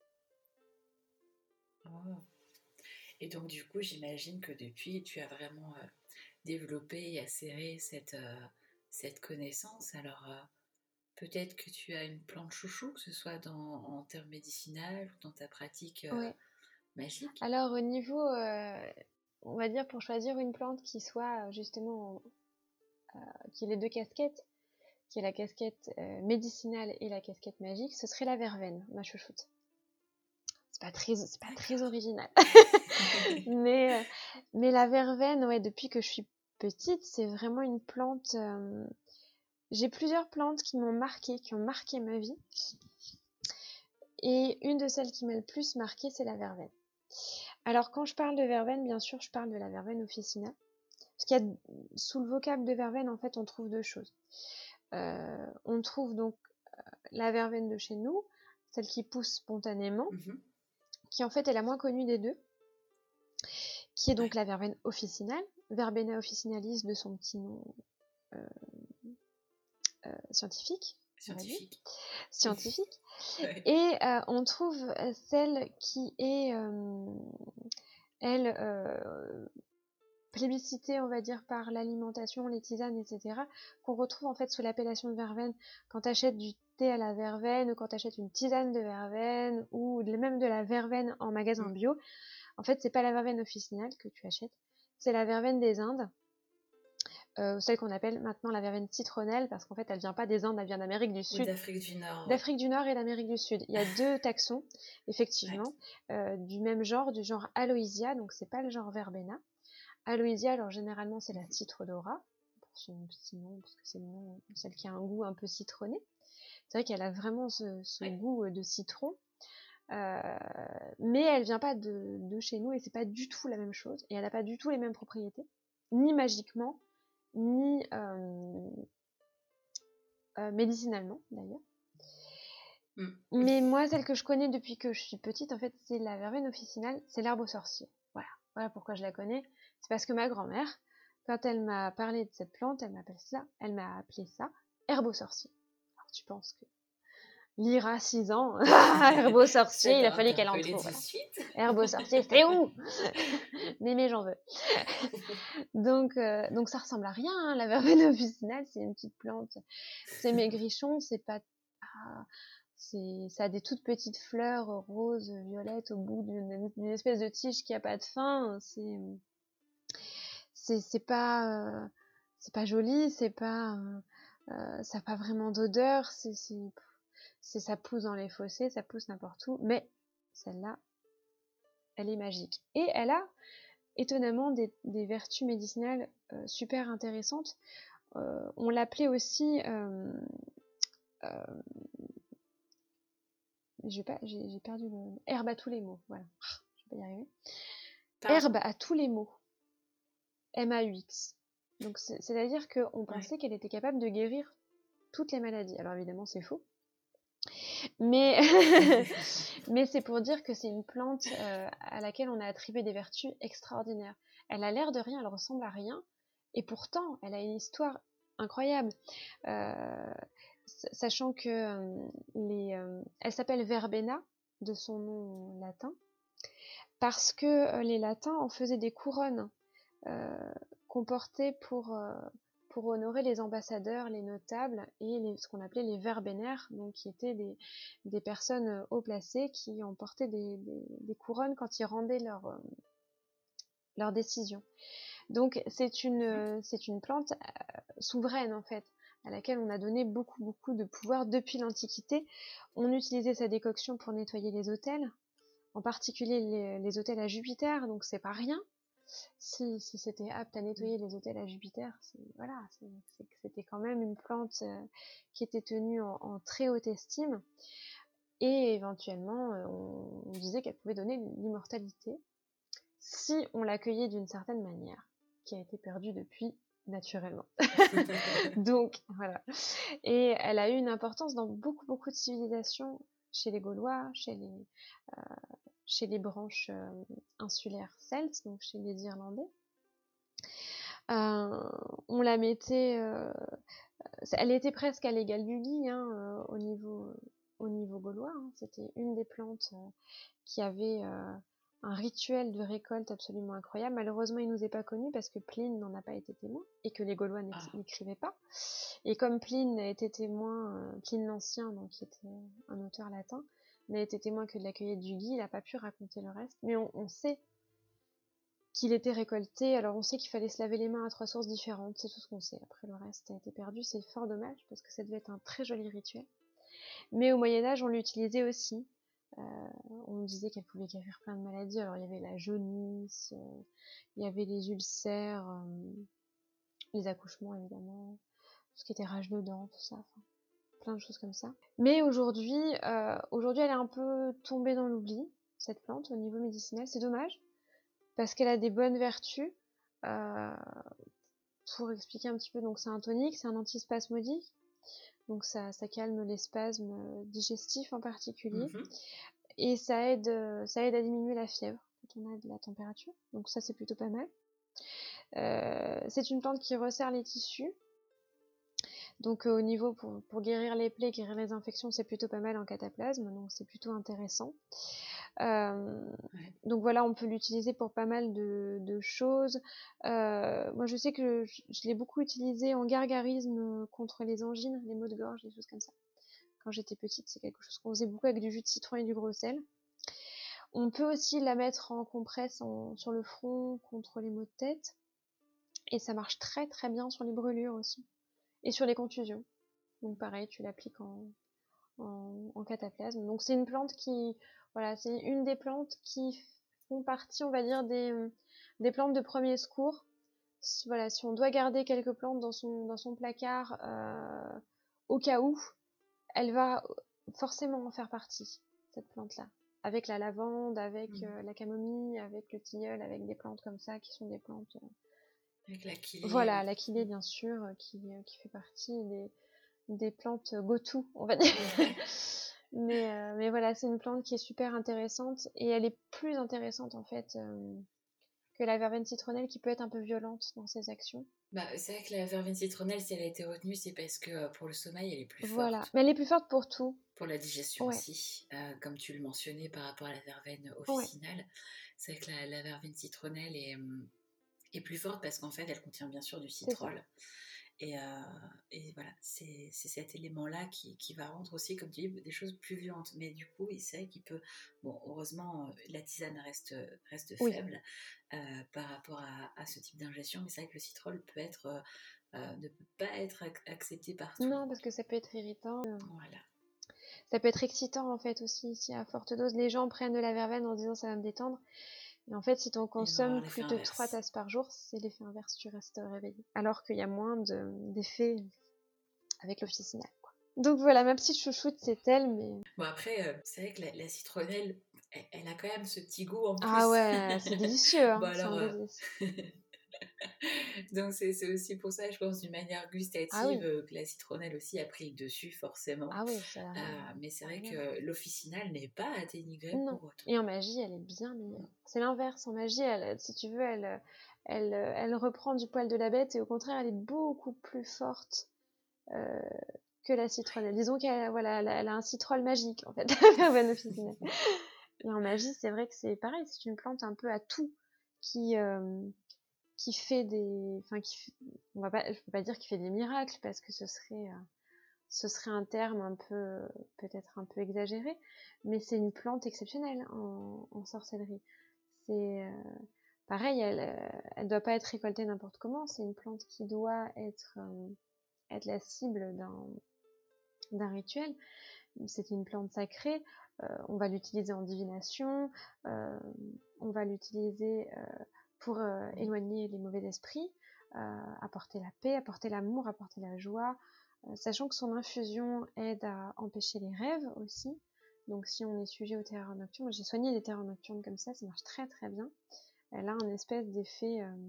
Oh. Et donc du coup, j'imagine que depuis, tu as vraiment euh, développé et acéré cette, euh, cette connaissance. Alors euh, peut-être que tu as une plante chouchou, que ce soit dans, en termes médicinaux ou dans ta pratique euh, Ouais. magique. Alors, au niveau, euh, on va dire, pour choisir une plante qui soit, euh, justement, euh, qui ait les deux casquettes, qui est la casquette euh, médicinale et la casquette magique, ce serait la verveine, ma chouchoute. C'est pas très, c'est pas très D'accord. original. mais, euh, mais la verveine, ouais, depuis que je suis petite, c'est vraiment une plante. euh, J'ai plusieurs plantes qui m'ont marqué, qui ont marqué ma vie. Et une de celles qui m'a le plus marqué, c'est la verveine. Alors, quand je parle de verveine, bien sûr, je parle de la verveine officina. Parce qu'il y a, sous le vocable de verveine, en fait, on trouve deux choses. Euh, on trouve donc la verveine de chez nous, celle qui pousse spontanément, Mhm. qui en fait est la moins connue des deux, qui est donc Ouais. la verveine officinale, Verbena officinalis de son petit nom euh, euh, scientifique, on va dire, Scientifique. scientifique. Ouais. Et euh, on trouve euh, celle qui est, euh, elle, euh, plébiscitée, on va dire, par l'alimentation, les tisanes, et cetera, qu'on retrouve en fait sous l'appellation de verveine quand tu achètes du thé à la verveine ou quand tu achètes une tisane de verveine ou même de la verveine en magasin Mm. bio. En fait, c'est pas la verveine officinale que tu achètes, c'est la verveine des Indes. Euh, celle qu'on appelle maintenant la verveine citronnelle, parce qu'en fait elle vient pas des Indes, elle vient d'Amérique du Ou Sud, d'Afrique du Nord. Ouais. d'Afrique du Nord et d'Amérique du Sud. Il y a deux taxons, effectivement, Ouais. euh, du même genre, du genre Aloysia, donc c'est pas le genre Verbena. Aloysia, alors généralement c'est la citrodora, pour son petit nom, parce que c'est le nom, celle qui a un goût un peu citronné. C'est vrai qu'elle a vraiment ce, ce Ouais. goût de citron. Euh, mais elle vient pas de, de chez nous et c'est pas du tout la même chose et elle a pas du tout les mêmes propriétés, ni magiquement, ni euh, euh, médicinalement d'ailleurs. Mm. Mais moi, celle que je connais depuis que je suis petite, en fait, c'est la verveine officinale, c'est l'herbe au sorcier. Voilà, voilà pourquoi je la connais. C'est parce que ma grand-mère, quand elle m'a parlé de cette plante, elle m'appelle ça, elle m'a appelé ça herbe au sorcier. Alors tu penses que Lyra, six ans, herbe au Ça sorcier, il a t'a fallu qu'elle en interpellé trouve. tout de Voilà. suite. Herbe au sorcier, c'est où? Mais mais j'en veux. donc, euh, donc ça ressemble à rien, hein, la verveine officinale, c'est une petite plante. C'est maigrichon, c'est pas... Ah, c'est, ça a des toutes petites fleurs roses, violettes au bout d'une, d'une espèce de tige qui a pas de fin. C'est, c'est, c'est pas, euh, c'est pas joli, c'est pas, euh, ça n'a pas vraiment d'odeur. C'est, c'est, c'est, ça pousse dans les fossés, ça pousse n'importe où. Mais celle-là, elle est magique. Et elle a étonnamment des, des vertus médicinales euh, super intéressantes. Euh, on l'appelait aussi euh, euh, j'ai, pas, j'ai, j'ai perdu le herbe à tous les mots. Voilà, je vais pas y arriver. Pardon. Herbe à tous les mots. M A U X. Donc c'est, c'est-à-dire qu'on pensait Ouais. qu'elle était capable de guérir toutes les maladies. Alors évidemment c'est faux. Mais, mais c'est pour dire que c'est une plante euh, à laquelle on a attribué des vertus extraordinaires. Elle a l'air de rien, elle ressemble à rien, et pourtant elle a une histoire incroyable. Euh, sachant que euh, les, euh, elle s'appelle Verbena, de son nom latin, parce que euh, les latins en faisaient des couronnes euh, qu'on portait pour, euh, pour honorer les ambassadeurs, les notables et les, ce qu'on appelait les verbénaires, donc qui étaient des, des personnes haut placées qui en portaient des, des, des couronnes quand ils rendaient leur, euh, leur décision. Donc c'est une, c'est une plante euh, souveraine en fait, à laquelle on a donné beaucoup beaucoup de pouvoir depuis l'Antiquité. On utilisait sa décoction pour nettoyer les autels, en particulier les, les autels à Jupiter, donc c'est pas rien. Si, si c'était apte à nettoyer les autels à Jupiter, c'est, voilà, c'est, c'est, c'était quand même une plante euh, qui était tenue en, en très haute estime. Et éventuellement, euh, on, on disait qu'elle pouvait donner l'immortalité si on l'accueillait d'une certaine manière, qui a été perdue depuis naturellement. Donc voilà. Et elle a eu une importance dans beaucoup beaucoup de civilisations, chez les Gaulois, chez les, euh, chez les branches euh, insulaires celtes, donc chez les Irlandais. Euh, on la mettait, euh, elle était presque à l'égal du gui hein, euh, au niveau, au niveau gaulois. Hein. C'était une des plantes euh, qui avait euh, un rituel de récolte absolument incroyable. Malheureusement, il nous est pas connu parce que Pline n'en a pas été témoin et que les Gaulois n'écrivaient pas. Et comme Pline était témoin, euh, Pline l'Ancien, donc qui était un auteur latin, n'a été témoin que de la cueillette du gui, il n'a pas pu raconter le reste. Mais on, on sait qu'il était récolté. Alors on sait qu'il fallait se laver les mains à trois sources différentes, c'est tout ce qu'on sait. Après le reste a été perdu, c'est fort dommage parce que ça devait être un très joli rituel. Mais au Moyen-Âge, on l'utilisait aussi. Euh, on disait qu'elle pouvait guérir plein de maladies. Alors il y avait la jaunisse, euh, il y avait les ulcères, euh, les accouchements évidemment, tout ce qui était rage de dents, tout ça, enfin, plein de choses comme ça. Mais aujourd'hui, euh, aujourd'hui elle est un peu tombée dans l'oubli, cette plante, au niveau médicinal, c'est dommage. Parce qu'elle a des bonnes vertus. Euh, pour expliquer un petit peu, donc c'est un tonique, c'est un antispasmodique, donc ça, ça calme les spasmes digestifs en particulier, mm-hmm. et ça aide, ça aide à diminuer la fièvre quand on a de la température, donc ça c'est plutôt pas mal. Euh, c'est une plante qui resserre les tissus, Donc euh, au niveau pour, pour guérir les plaies, guérir les infections, c'est plutôt pas mal en cataplasme, donc c'est plutôt intéressant. Euh, Ouais. donc voilà, on peut l'utiliser pour pas mal de, de choses. Euh, moi je sais que je, je l'ai beaucoup utilisé en gargarisme contre les angines, les maux de gorge, des choses comme ça. Quand j'étais petite, c'est quelque chose qu'on faisait beaucoup avec du jus de citron et du gros sel. On peut aussi la mettre en compresse en, sur le front contre les maux de tête. Et ça marche très très bien sur les brûlures aussi. Et sur les contusions. Donc pareil, tu l'appliques en, en, en cataplasme. Donc c'est une plante qui, voilà, c'est une des plantes qui font partie, on va dire, des, des plantes de premier secours. Voilà, si on doit garder quelques plantes dans son, dans son placard, euh, au cas où, elle va forcément en faire partie, cette plante-là. Avec la lavande, avec Mmh. euh, la camomille, avec le tilleul, avec des plantes comme ça qui sont des plantes. Euh... Avec l'aquilée. Voilà, Oui. l'aquilée, bien sûr, euh, qui, euh, qui fait partie des, des plantes go-to, on va dire. Ouais. mais, euh, mais voilà, c'est une plante qui est super intéressante et elle est plus intéressante en fait euh, que la verveine citronnelle qui peut être un peu violente dans ses actions. Bah, c'est vrai que la verveine citronnelle, si elle a été retenue, c'est parce que euh, pour le sommeil, elle est plus Voilà, forte. mais elle est plus forte pour tout. Pour la digestion Ouais, aussi, euh, comme tu le mentionnais par rapport à la verveine ouais, officinale. C'est vrai que la, la verveine citronnelle est, hum, est plus forte parce qu'en fait, elle contient bien sûr du c'est ça. citrol. Et, euh, et voilà, c'est c'est cet élément-là qui, qui va rendre aussi, comme tu dis, des choses plus violentes. Mais du coup, c'est vrai qu'il peut... Bon, heureusement, euh, la tisane reste, reste Oui. faible euh, par rapport à, à ce type d'ingestion. Mais c'est vrai que le citrol peut être, euh, euh, ne peut pas être ac- accepté par tout le Non, monde. parce que ça peut être irritant. Voilà. Ça peut être excitant en fait aussi, si à forte dose les gens prennent de la verveine en se disant ça va me détendre. Et en fait, si tu en Il va avoir consommes l'effet plus de trois inverse. tasses par jour, c'est l'effet inverse, tu restes réveillé. Alors qu'il y a moins de, d'effets avec l'officinal. Donc voilà, ma petite chouchoute, c'est elle, mais... Bon, après, euh, c'est vrai que la, la citronnelle, elle, elle a quand même ce petit goût en Ah plus. ouais, c'est délicieux, Bon, hein, c'est alors. un euh, délice. Donc, c'est c'est aussi pour ça, je pense, d'une manière Ah gustative, oui, euh, que la citronnelle aussi a pris le dessus, forcément. ah oui, ça n'a Euh, rien, mais c'est ça n'a vrai rien à voir. que l'officinal n'est pas à dénigrer Non. pour autant. Et en magie, elle est bien meilleure. C'est l'inverse. En magie, elle, si tu veux, elle, elle, elle reprend du poil de la bête et au contraire, elle est beaucoup plus forte euh, que la citronnelle. Disons qu'elle voilà, elle, a- elle a un citrol magique, en fait, la verveine officinale. Et en magie, c'est vrai que c'est pareil, c'est une plante un peu à tout qui, euh, qui fait des. Enfin, qui, on va pas, je peux pas dire qu'il fait des miracles parce que ce serait. Euh, ce serait un terme un peu, peut-être un peu exagéré, mais c'est une plante exceptionnelle en, en sorcellerie. C'est euh, pareil, elle, euh, elle doit pas être récoltée n'importe comment. C'est une plante qui doit être, euh, être la cible d'un, d'un rituel. C'est une plante sacrée. Euh, on va l'utiliser en divination. Euh, on va l'utiliser euh, pour euh, éloigner les mauvais esprits, euh, apporter la paix, apporter l'amour, apporter la joie. Euh, sachant que son infusion aide à empêcher les rêves aussi. Donc si on est sujet aux terreurs nocturnes, j'ai soigné les terreurs nocturnes comme ça, ça marche très très bien. Elle a un espèce d'effet, euh,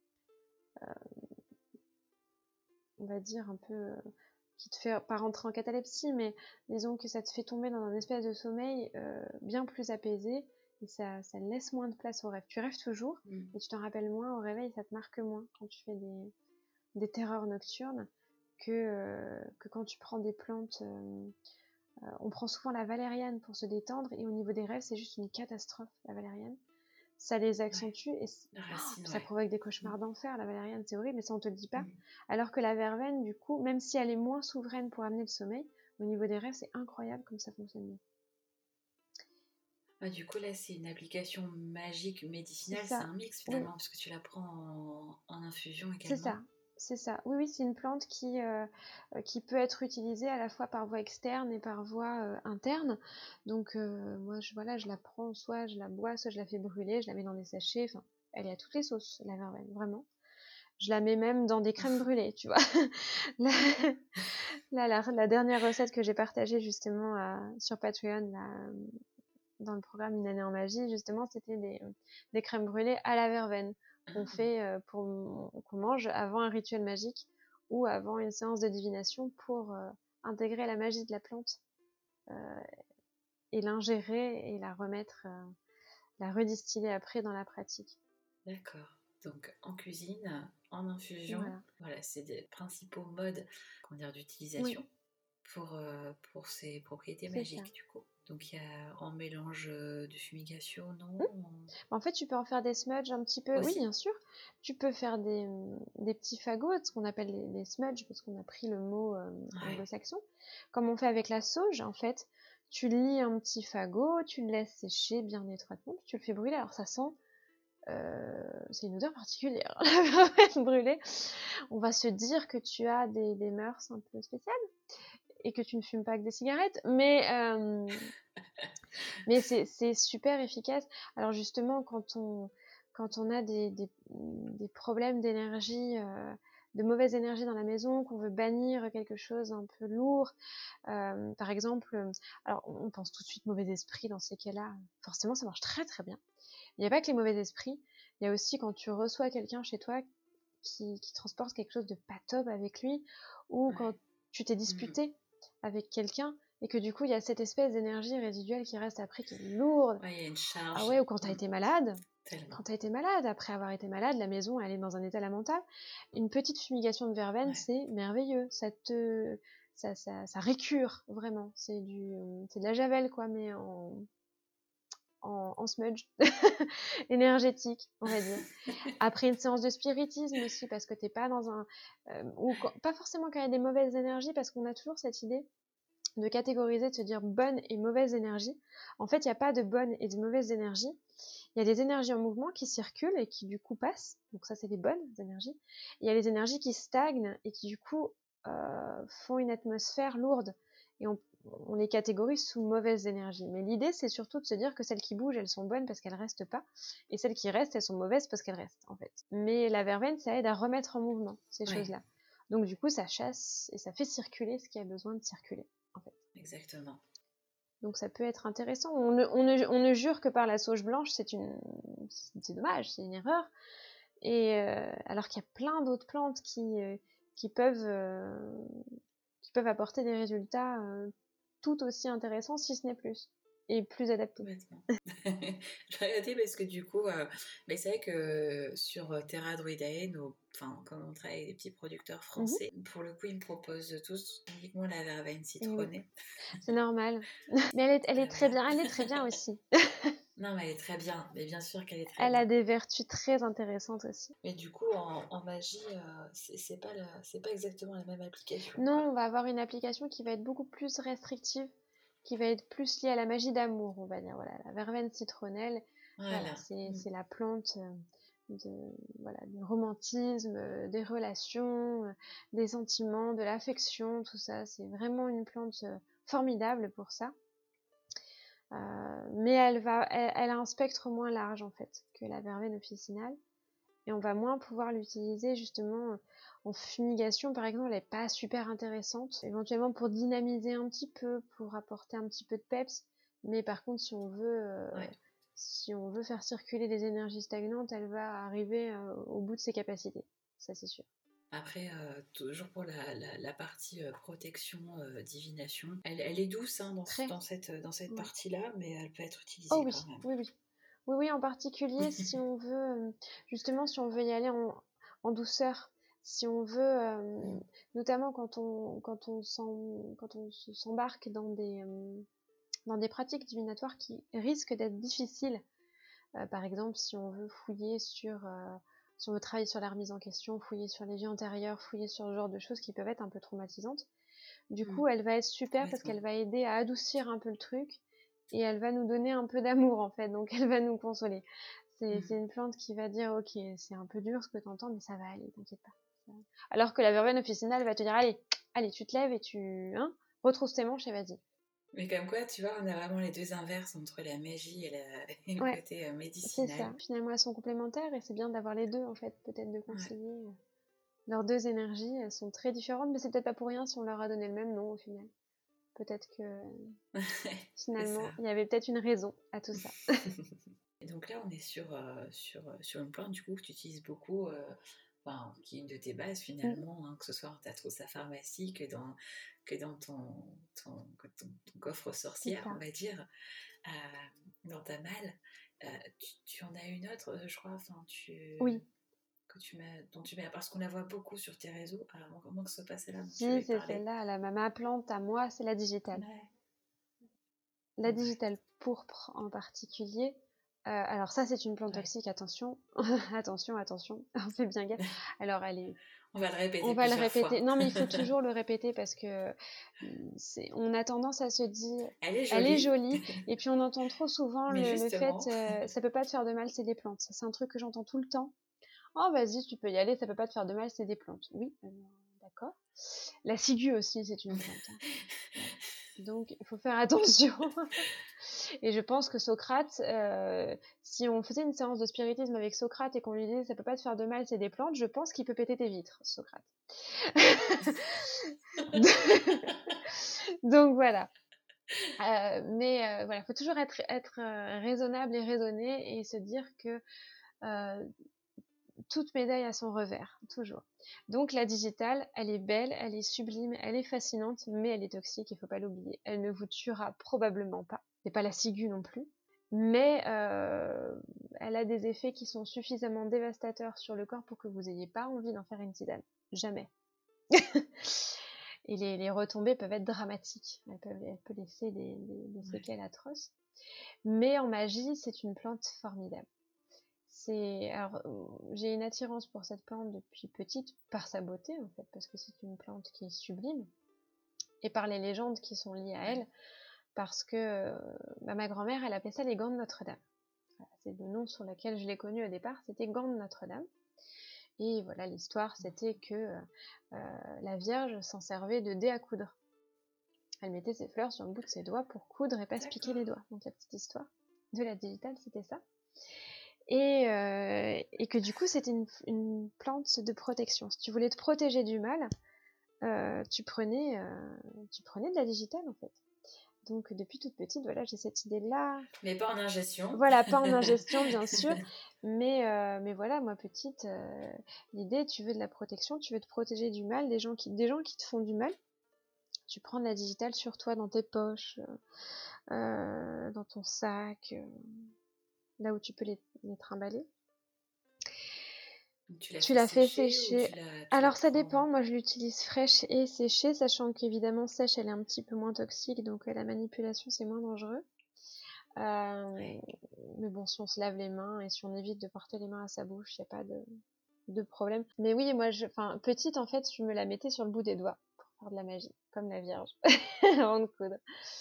on va dire, un peu... Euh, qui te fait pas rentrer en catalepsie, mais disons que ça te fait tomber dans un espèce de sommeil euh, bien plus apaisé, et ça, ça laisse moins de place au rêve. Tu rêves toujours, Mm. et tu t'en rappelles moins au réveil, ça te marque moins quand tu fais des, des terreurs nocturnes que, euh, que quand tu prends des plantes. Euh, euh, on prend souvent la valériane pour se détendre, et au niveau des rêves, c'est juste une catastrophe, la valériane. Ça les Ouais. accentue, et La oh, racine, ça ouais. provoque des Mm. cauchemars d'enfer, la valériane, c'est horrible, mais ça on te le dit pas. Mm. Alors que la verveine, du coup, même si elle est moins souveraine pour amener le sommeil, au niveau des rêves, c'est incroyable comme ça fonctionne bien. Ah, du coup, là, c'est une application magique C'est médicinale, c'est ça, un mix oui, finalement, parce que tu la prends en, en infusion c'est également. ça, c'est ça. Oui, oui, c'est une plante qui, euh, euh, qui peut être utilisée à la fois par voie externe et par voie euh, interne. Donc, euh, moi, je, voilà, je la prends, soit je la bois, soit je la fais brûler, je la mets dans des sachets, enfin, elle est à toutes les sauces, la verveine, vraiment. Je la mets même dans des crèmes brûlées, tu vois. Là, là, la, la dernière recette que j'ai partagée justement à, sur Patreon, là, dans le programme Une année en magie, justement, c'était des, des crèmes brûlées à la verveine qu'on fait, euh, pour, qu'on mange avant un rituel magique ou avant une séance de divination pour euh, intégrer la magie de la plante euh, et l'ingérer et la remettre, euh, la redistiller après dans la pratique. D'accord. Donc en cuisine, en infusion, Voilà. voilà, c'est des principaux modes comment dire, Oui, d'utilisation pour, euh, pour ces propriétés c'est ça. magiques du coup. Donc il y a en mélange euh, de fumigation, Mmh. non en- En fait, tu peux en faire des smudges un petit peu. Oui, Aussi. bien sûr. Tu peux faire des, hum, des petits fagots, ce qu'on appelle les, les smudges, parce qu'on a pris le mot euh, Ouais. anglo-saxon. Comme on fait avec la sauge, en fait. Tu lis un petit fagot, tu le laisses sécher bien étroitement, puis tu le fais brûler. Alors ça sent, euh, c'est une odeur particulière, la verveine brûlée. On va se dire que tu as des, des mœurs un peu spéciales et que tu ne fumes pas que des cigarettes, mais euh, mais c'est c'est super efficace. Alors justement, quand on, quand on a des, des, des problèmes d'énergie, euh, de mauvaise énergie dans la maison, qu'on veut bannir quelque chose un peu lourd, euh, par exemple, euh, alors on pense tout de suite mauvais esprit dans ces cas-là, forcément ça marche très très bien. Il n'y a pas que les mauvais esprits, il y a aussi quand tu reçois quelqu'un chez toi qui, qui transporte quelque chose de pas top avec lui, ou quand Ouais. tu t'es Mhm. disputé avec quelqu'un et que du coup il y a cette espèce d'énergie résiduelle qui reste après qui est lourde. Ouais, il y a une Ah charge. ouais, ou quand t'as Mm. été malade, quand Tellement. t'as été malade, après avoir été malade, la maison elle est dans un état lamentable. Une petite fumigation de verveine, Ouais. c'est merveilleux. Ça te, ça, ça, ça récure vraiment. C'est du, c'est de la javel quoi, mais en, en, en smudge énergétique, on va dire. Après une séance de spiritisme aussi, parce que t'es pas dans un, euh, ou quand- pas forcément quand il y a des mauvaises énergies, parce qu'on a toujours cette idée de catégoriser, de se dire bonne et mauvaise énergie. En fait, il n'y a pas de bonne et de mauvaise énergie. Il y a des énergies en mouvement qui circulent et qui du coup passent. Donc ça, c'est des bonnes énergies. Il y a les énergies qui stagnent et qui du coup euh, font une atmosphère lourde. Et on, on les catégorise sous mauvaises énergies. Mais l'idée, c'est surtout de se dire que celles qui bougent, elles sont bonnes parce qu'elles restent pas. Et celles qui restent, elles sont mauvaises parce qu'elles restent, en fait. Mais la verveine, ça aide à remettre en mouvement ces Ouais, choses-là. Donc du coup, ça chasse et ça fait circuler ce qui a besoin de circuler, en fait. exactement. Donc ça peut être intéressant. On ne, on ne, on ne jure que par la sauge blanche, c'est une, c'est dommage, c'est une erreur. Et euh, alors qu'il y a plein d'autres plantes qui, euh, qui peuvent, euh, qui peuvent apporter des résultats euh, tout aussi intéressants, si ce n'est plus, et plus adaptés. Complètement. Je regardais parce que du coup, euh, mais c'est vrai que sur euh, Terra Druidae, nos, enfin, comme on travaille avec des petits producteurs Mhm. français, pour le coup, ils me proposent tous uniquement la verveine Et oui, citronnée. c'est normal. Mais elle est, elle est Euh, très voilà. bien, elle est très bien aussi. Non, mais elle est très bien. Mais bien sûr qu'elle est très Elle a bien. des vertus très intéressantes aussi. Mais du coup, en, en magie, euh, c'est c'est pas, la- c'est pas exactement la même application, Non, quoi. on va avoir une application qui va être beaucoup plus restrictive, qui va être plus liée à la magie d'amour, on va dire. Voilà, la verveine citronnelle, voilà, Voilà. c'est Mm. c'est la plante euh, de, voilà, du romantisme, euh, des relations, euh, des sentiments, de l'affection, tout ça. C'est vraiment une plante euh, formidable pour ça. Euh, mais elle, va, elle, elle a un spectre moins large en fait que la verveine officinale. Et on va moins pouvoir l'utiliser justement en fumigation par exemple, elle n'est pas super intéressante, éventuellement pour dynamiser un petit peu, pour apporter un petit peu de peps, mais par contre si on veut euh, Ouais. si on veut faire circuler des énergies stagnantes, elle va arriver euh, au bout de ses capacités, ça c'est sûr. Après, euh, toujours pour la, la, la partie euh, protection, euh, divination, elle, elle est douce hein, dans, Très, dans cette, dans cette ouais. partie-là, mais elle peut être Oh utilisée oui, quand même. oui, oui. Oui, oui, en particulier si on veut, euh, justement, si on veut y aller en, en douceur, si on veut, euh, Mm. notamment quand on, quand on s'en- quand on se- s'embarque dans des, euh, dans des pratiques divinatoires qui risquent d'être difficiles. Euh, par exemple, si on veut fouiller sur, euh, si on veut travailler sur la remise en question, fouiller sur les vies antérieures, fouiller sur ce genre de choses qui peuvent être un peu traumatisantes. Du Mm. coup, elle va être super parce Complètement. qu'elle va aider à adoucir un peu le truc et elle va nous donner un peu d'amour en fait, donc elle va nous consoler. C'est Mm. c'est une plante qui va dire ok, c'est un peu dur ce que t'entends, mais ça va aller, t'inquiète pas. Alors que la verveine officinale va te dire allez, allez, tu te lèves et tu hein, retrousse tes manches et vas-y. Mais comme quoi, tu vois, on a vraiment les deux inverses entre la magie et, la, et le Ouais, côté euh, c'est médicinal. ça. Finalement, elles sont complémentaires et c'est bien d'avoir les deux en fait, peut-être de Ouais, concilier. euh, Leurs deux énergies, elles sont très différentes, mais c'est peut-être pas pour rien si on leur a donné le même nom au final. Peut-être que c'est ça. finalement, il y avait peut-être une raison à tout ça. Et donc là, on est sur, euh, sur, euh, sur une plante du coup que tu utilises beaucoup, euh, enfin, qui est une de tes bases finalement, hein, que ce soit en ta trousse à pharmacie que dans, que dans ton, ton, que ton, ton coffre C'est sorcière, on ça. va dire, euh, dans ta malle. Euh, tu, tu en as une autre, euh, je crois, enfin, tu... Oui. que tu mets, dont tu mets, parce qu'on la voit beaucoup sur tes réseaux. Alors, comment que ce soit pas celle-là dont tu Si, avais c'est parlé? celle-là, la ma plante à moi, c'est la digitale. Ouais. La Ouais. digitale pourpre en particulier. Euh, alors ça, c'est une plante Ouais. toxique, attention, attention, attention, on fait bien gaffe. Alors elle est... On va le répéter On va le plusieurs répéter. fois. Non, mais il faut toujours le répéter parce que c'est... on a tendance à se dire, Elle est elle est jolie. jolie, et puis on entend trop souvent Mais le, le fait, justement, euh, ça peut pas te faire de mal, c'est des plantes. Ça, c'est un truc que j'entends tout le temps. Oh, vas-y, tu peux y aller, ça peut pas te faire de mal, c'est des plantes. Oui, euh, d'accord. La ciguë aussi, c'est une plante. Hein. Voilà. Donc, il faut faire attention. Et je pense que Socrate, euh, si on faisait une séance de spiritisme avec Socrate et qu'on lui disait ça peut pas te faire de mal, c'est des plantes, je pense qu'il peut péter tes vitres, Socrate. Donc voilà. Euh, mais euh, voilà, faut toujours être, être euh, raisonnable et raisonné et se dire que euh, toute médaille a son revers, toujours. Donc la digitale, elle est belle, elle est sublime, elle est fascinante, mais elle est toxique, il faut pas l'oublier. Elle ne vous tuera probablement pas. C'est pas la ciguë non plus. Mais euh, elle a des effets qui sont suffisamment dévastateurs sur le corps pour que vous n'ayez pas envie d'en faire une tisane. Jamais. Et les, les retombées peuvent être dramatiques. Elle peut, elle peut laisser des, des, des séquelles atroces. Mais en magie, c'est une plante formidable. C'est, alors, j'ai une attirance pour cette plante depuis petite, par sa beauté en fait, parce que c'est une plante qui est sublime, et par les légendes qui sont liées à elle, parce que bah, ma grand-mère, elle appelait ça les gants de Notre-Dame. Voilà, c'est le nom sur lequel je l'ai connue au départ, c'était gants de Notre-Dame. Et voilà, l'histoire, c'était que euh, la Vierge s'en servait de dé à coudre. Elle mettait ses fleurs sur le bout de ses doigts pour coudre et pas se piquer les doigts. Donc la petite histoire de la digitale, c'était ça. Et, euh, et que du coup, c'était une, une plante de protection. Si tu voulais te protéger du mal, euh, tu prenais, euh, tu prenais de la digitale en fait. Donc depuis toute petite, voilà, j'ai cette idée-là. Mais pas en ingestion. Voilà, pas en ingestion, bien sûr. Mais, euh, mais voilà, moi petite, euh, l'idée, tu veux de la protection, tu veux te protéger du mal, des gens qui, des gens qui te font du mal. Tu prends de la digitale sur toi, dans tes poches, euh, dans ton sac, euh, là où tu peux les, les trimballer. Tu l'as Tu fait l'as fait sécher, sécher. ou tu la, tu Alors la ça prends... dépend, moi je l'utilise fraîche et séchée, sachant qu'évidemment sèche elle est un petit peu moins toxique, donc euh, la manipulation c'est moins dangereux. Euh, Ouais. mais bon, si on se lave les mains et si on évite de porter les mains à sa bouche, il n'y a pas de, de problème. Mais oui, moi, je, enfin, petite en fait, je me la mettais sur le bout des doigts pour faire de la magie, comme la Vierge, avant de coudre.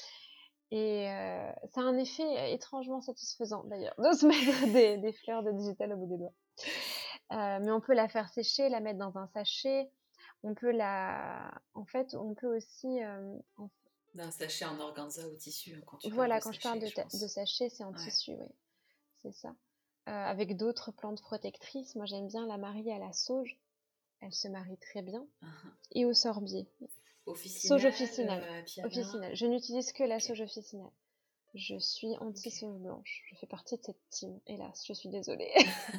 Et euh, ça a un effet étrangement satisfaisant d'ailleurs, de se mettre des, des fleurs de digital au bout des doigts. Euh, mais on peut la faire sécher, la mettre dans un sachet. On peut la, en fait, on peut aussi. Euh, en... D'un sachet en organza ou tissu, hein, quand tu Voilà, parles de quand sachet, je parle de, je pense. de sachet, c'est en Ouais. tissu, oui, c'est ça. Euh, avec d'autres plantes protectrices, moi j'aime bien la marier à la sauge. Elle se marie très bien. Uh-huh. Et au sorbier. Officinale, Sauge officinale. euh, Piana. Officinale. Je n'utilise que la Okay. sauge officinale. Je suis anti-sauge okay. blanche. Je fais partie de cette team. Hélas, je suis désolée.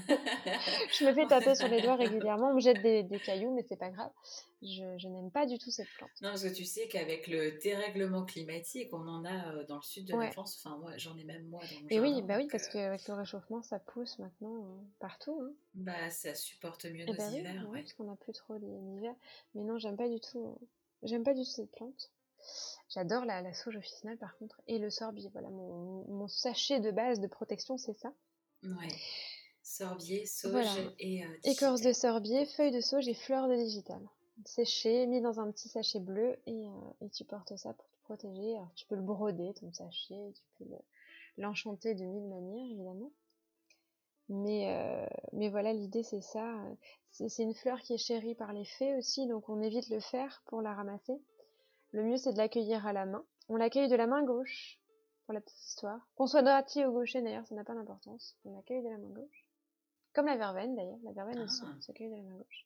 Je me fais taper sur les doigts régulièrement. On me jette des, des cailloux, mais c'est pas grave. Je, je n'aime pas du tout cette plante. Non, parce que tu sais qu'avec le dérèglement climatique, on en a dans le sud de ouais. la France. Enfin, moi, j'en ai même moi dans mon Et jardin. oui, bah donc, oui, parce euh... qu'avec le réchauffement, ça pousse maintenant euh, partout. Hein. Bah, ça supporte mieux Et nos bah hivers, oui, ouais. parce qu'on n'a plus trop d'hiver. Mais non, j'aime pas du tout. J'aime pas du tout cette plante. J'adore la, la sauge officinale par contre. Et le sorbier, voilà, mon, mon sachet de base de protection, c'est ça. Ouais. Sorbier, sauge voilà. et euh, écorce de sorbier, feuilles de sauge et fleurs de digital. Séché, mis dans un petit sachet bleu et, euh, et tu portes ça pour te protéger. Alors tu peux le broder, ton sachet, tu peux le, l'enchanter de mille manières évidemment. Mais, euh, mais voilà, l'idée c'est ça. C'est, c'est une fleur qui est chérie par les fées aussi, donc on évite le fer pour la ramasser. Le mieux, c'est de l'accueillir à la main. On l'accueille de la main gauche, pour la petite histoire. Qu'on soit droitier ou gaucher, d'ailleurs, ça n'a pas d'importance. On l'accueille de la main gauche. Comme la verveine, d'ailleurs. La verveine ah. aussi, on s'accueille de la main gauche.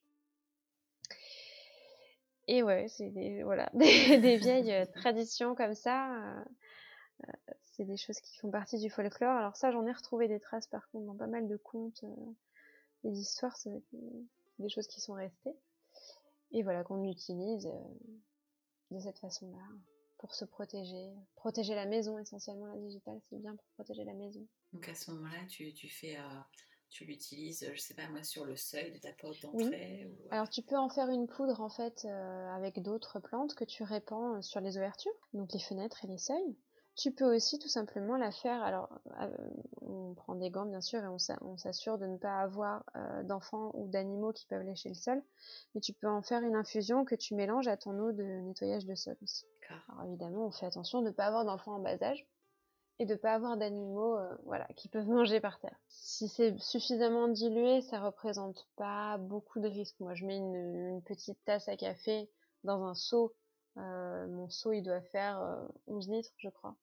Et ouais, c'est des, voilà, des, des vieilles euh, traditions comme ça. Euh, euh, c'est des choses qui font partie du folklore. Alors ça, j'en ai retrouvé des traces, par contre, dans pas mal de contes euh, et d'histoires. C'est des choses qui sont restées. Et voilà, qu'on utilise euh, de cette façon-là. Pour se protéger, protéger la maison essentiellement, la digitale, c'est bien pour protéger la maison. Donc à ce moment-là, tu, tu fais euh, tu l'utilises, je sais pas moi, sur le seuil de ta porte Oui. d'entrée ou... Alors tu peux en faire une poudre en fait euh, avec d'autres plantes que tu répands euh, sur les ouvertures, donc les fenêtres et les seuils. Tu peux aussi tout simplement la faire, alors euh, on prend des gants bien sûr et on s'a- on s'assure de ne pas avoir euh, d'enfants ou d'animaux qui peuvent lécher le sol, mais tu peux en faire une infusion que tu mélanges à ton eau de nettoyage de sol aussi. D'accord. Alors évidemment on fait attention de ne pas avoir d'enfants en bas âge et de ne pas avoir d'animaux euh, voilà, qui peuvent manger par terre. Si c'est suffisamment dilué, ça représente pas beaucoup de risques. Moi, je mets une, une petite tasse à café dans un seau. Euh, mon seau, il doit faire euh, onze litres, je crois.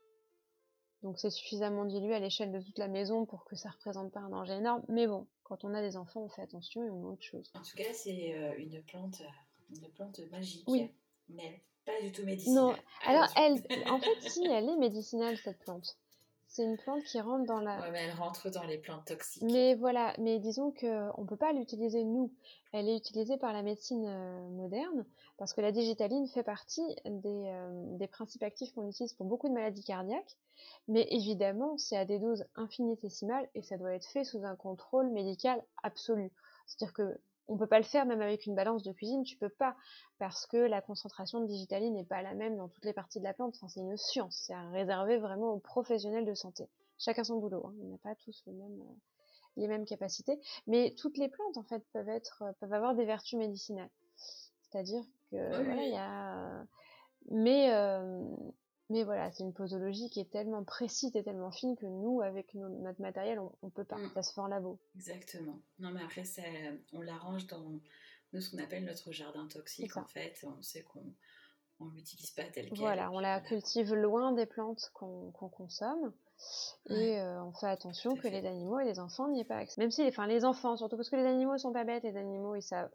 Donc c'est suffisamment dilué à l'échelle de toute la maison pour que ça représente pas un danger énorme. Mais bon, quand on a des enfants, on fait attention et on met autre chose. En tout cas, c'est euh, une plante, une plante magique, Oui. mais pas du tout Non, médicinale. alors Attention. elle, en fait, si, elle est médicinale cette plante. C'est une plante qui rentre dans la. Ouais, mais elle rentre dans les plantes toxiques. Mais voilà, mais disons que on peut pas l'utiliser nous. Elle est utilisée par la médecine euh, moderne parce que la digitaline fait partie des, euh, des principes actifs qu'on utilise pour beaucoup de maladies cardiaques. Mais évidemment, c'est à des doses infinitésimales et ça doit être fait sous un contrôle médical absolu. C'est-à-dire que on peut pas le faire même avec une balance de cuisine, tu peux pas parce que la concentration de digitaline n'est pas la même dans toutes les parties de la plante. Enfin, c'est une science, c'est réservé vraiment aux professionnels de santé. Chacun son boulot, hein. On n'a pas tous le même, euh, les mêmes capacités, mais toutes les plantes en fait peuvent être, peuvent avoir des vertus médicinales. C'est-à-dire que Oui, voilà, il oui. y a, mais euh, mais voilà, c'est une posologie qui est tellement précise et tellement fine que nous, avec nos, notre matériel, on, on peut pas. Mm. Ça se fait en labo. Exactement. Non, mais après, ça, on l'arrange dans nous, ce qu'on appelle notre jardin C'est toxique. ça. En fait, on sait qu'on on l'utilise pas tel quel. Voilà, Et on puis la voilà. cultive loin des plantes qu'on qu'on consomme. Ouais, Et euh, on fait attention tout à que les fait. animaux et les enfants n'y aient pas accès. Même si, enfin, les enfants, surtout parce que les animaux sont pas bêtes, les animaux ils savent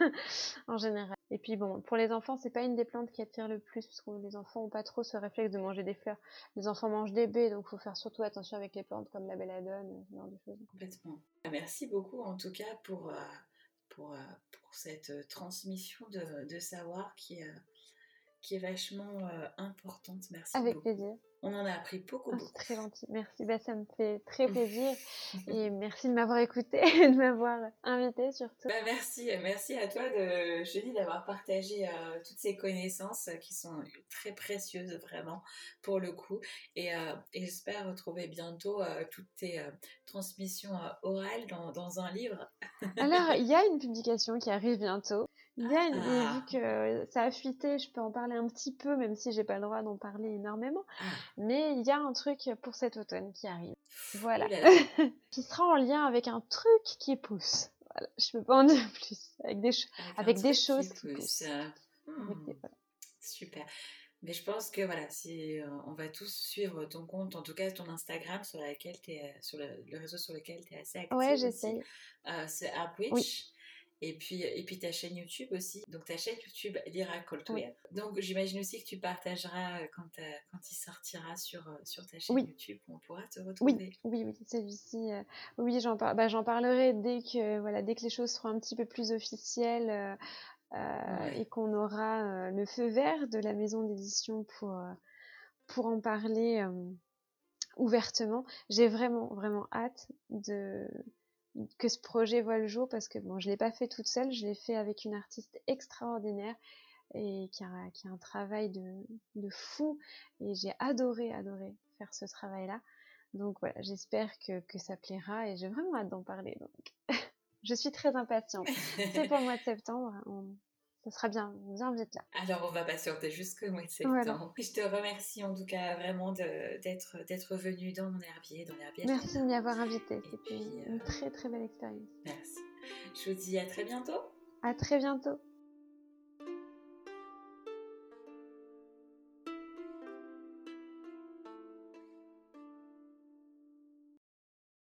en général. Et puis bon, pour les enfants, c'est pas une des plantes qui attire le plus parce que les enfants ont pas trop ce réflexe de manger des fleurs. Les enfants mangent des baies, donc faut faire surtout attention avec les plantes comme la belladone, ce genre de choses. Complètement. Merci beaucoup en tout cas pour, euh, pour, euh, pour cette transmission de, de savoir qui, euh, qui est vachement euh, importante. Merci Avec beaucoup. plaisir. On en a appris beaucoup, Ah, beaucoup. c'est très gentil, merci. Bah, ça me fait très plaisir et merci de m'avoir écouté et de m'avoir invité surtout. Bah merci, merci à toi de, je dis, d'avoir partagé euh, toutes ces connaissances euh, qui sont très précieuses vraiment pour le coup. Et, euh, et j'espère retrouver bientôt euh, toutes tes euh, transmissions euh, orales dans, dans un livre. Alors, il y a une publication qui arrive bientôt. Il y a une... Et vu Ah, que ça a fuité, je peux en parler un petit peu, même si j'ai pas le droit d'en parler énormément. ah, Mais il y a un truc pour cet automne qui arrive. Voilà. oulala. Qui sera en lien avec un truc qui pousse. Voilà. Je peux pas en dire plus. Avec des, cho- Avec, avec un des truc choses qui qui pousse. poussent. Hmm, Avec des... voilà. super. Mais je pense que voilà, si euh, on va tous suivre ton compte, en tout cas ton Instagram sur laquelle es, sur le, le réseau sur lequel tu es assez Ouais, active aussi, j'essaye. euh, c'est Oui, Herbwitch. Et puis, et puis ta chaîne YouTube aussi. Donc ta chaîne YouTube Lyra oui, Coltway. Donc j'imagine aussi que tu partageras euh, quand, euh, quand il sortira sur, euh, sur ta chaîne oui, YouTube, on pourra te oui, retrouver. oui, oui, celui-ci. euh, Oui, j'en par... bah, j'en parlerai dès que, voilà, dès que les choses seront un petit peu plus officielles. euh, euh, Ouais. et qu'on aura euh, le feu vert de la maison d'édition pour, euh, pour en parler euh, ouvertement. J'ai vraiment, vraiment hâte de que ce projet voit le jour parce que bon, je l'ai pas fait toute seule, je l'ai fait avec une artiste extraordinaire et qui a, qui a un travail de, de fou et j'ai adoré, adoré faire ce travail-là. Donc voilà, j'espère que, que ça plaira et j'ai vraiment hâte d'en parler. Donc je suis très impatiente. C'est pour le mois de septembre. On... Ça sera bien, bien vite là. Alors, on va patienter jusqu'au mois de Voilà. septembre. Je te remercie en tout cas vraiment de, d'être, d'être venu dans mon herbier, dans l'herbier de Merci de Léna. m'y avoir invité. Et C'était puis, une euh, très très belle expérience. merci. Je vous dis à très bientôt. À très bientôt.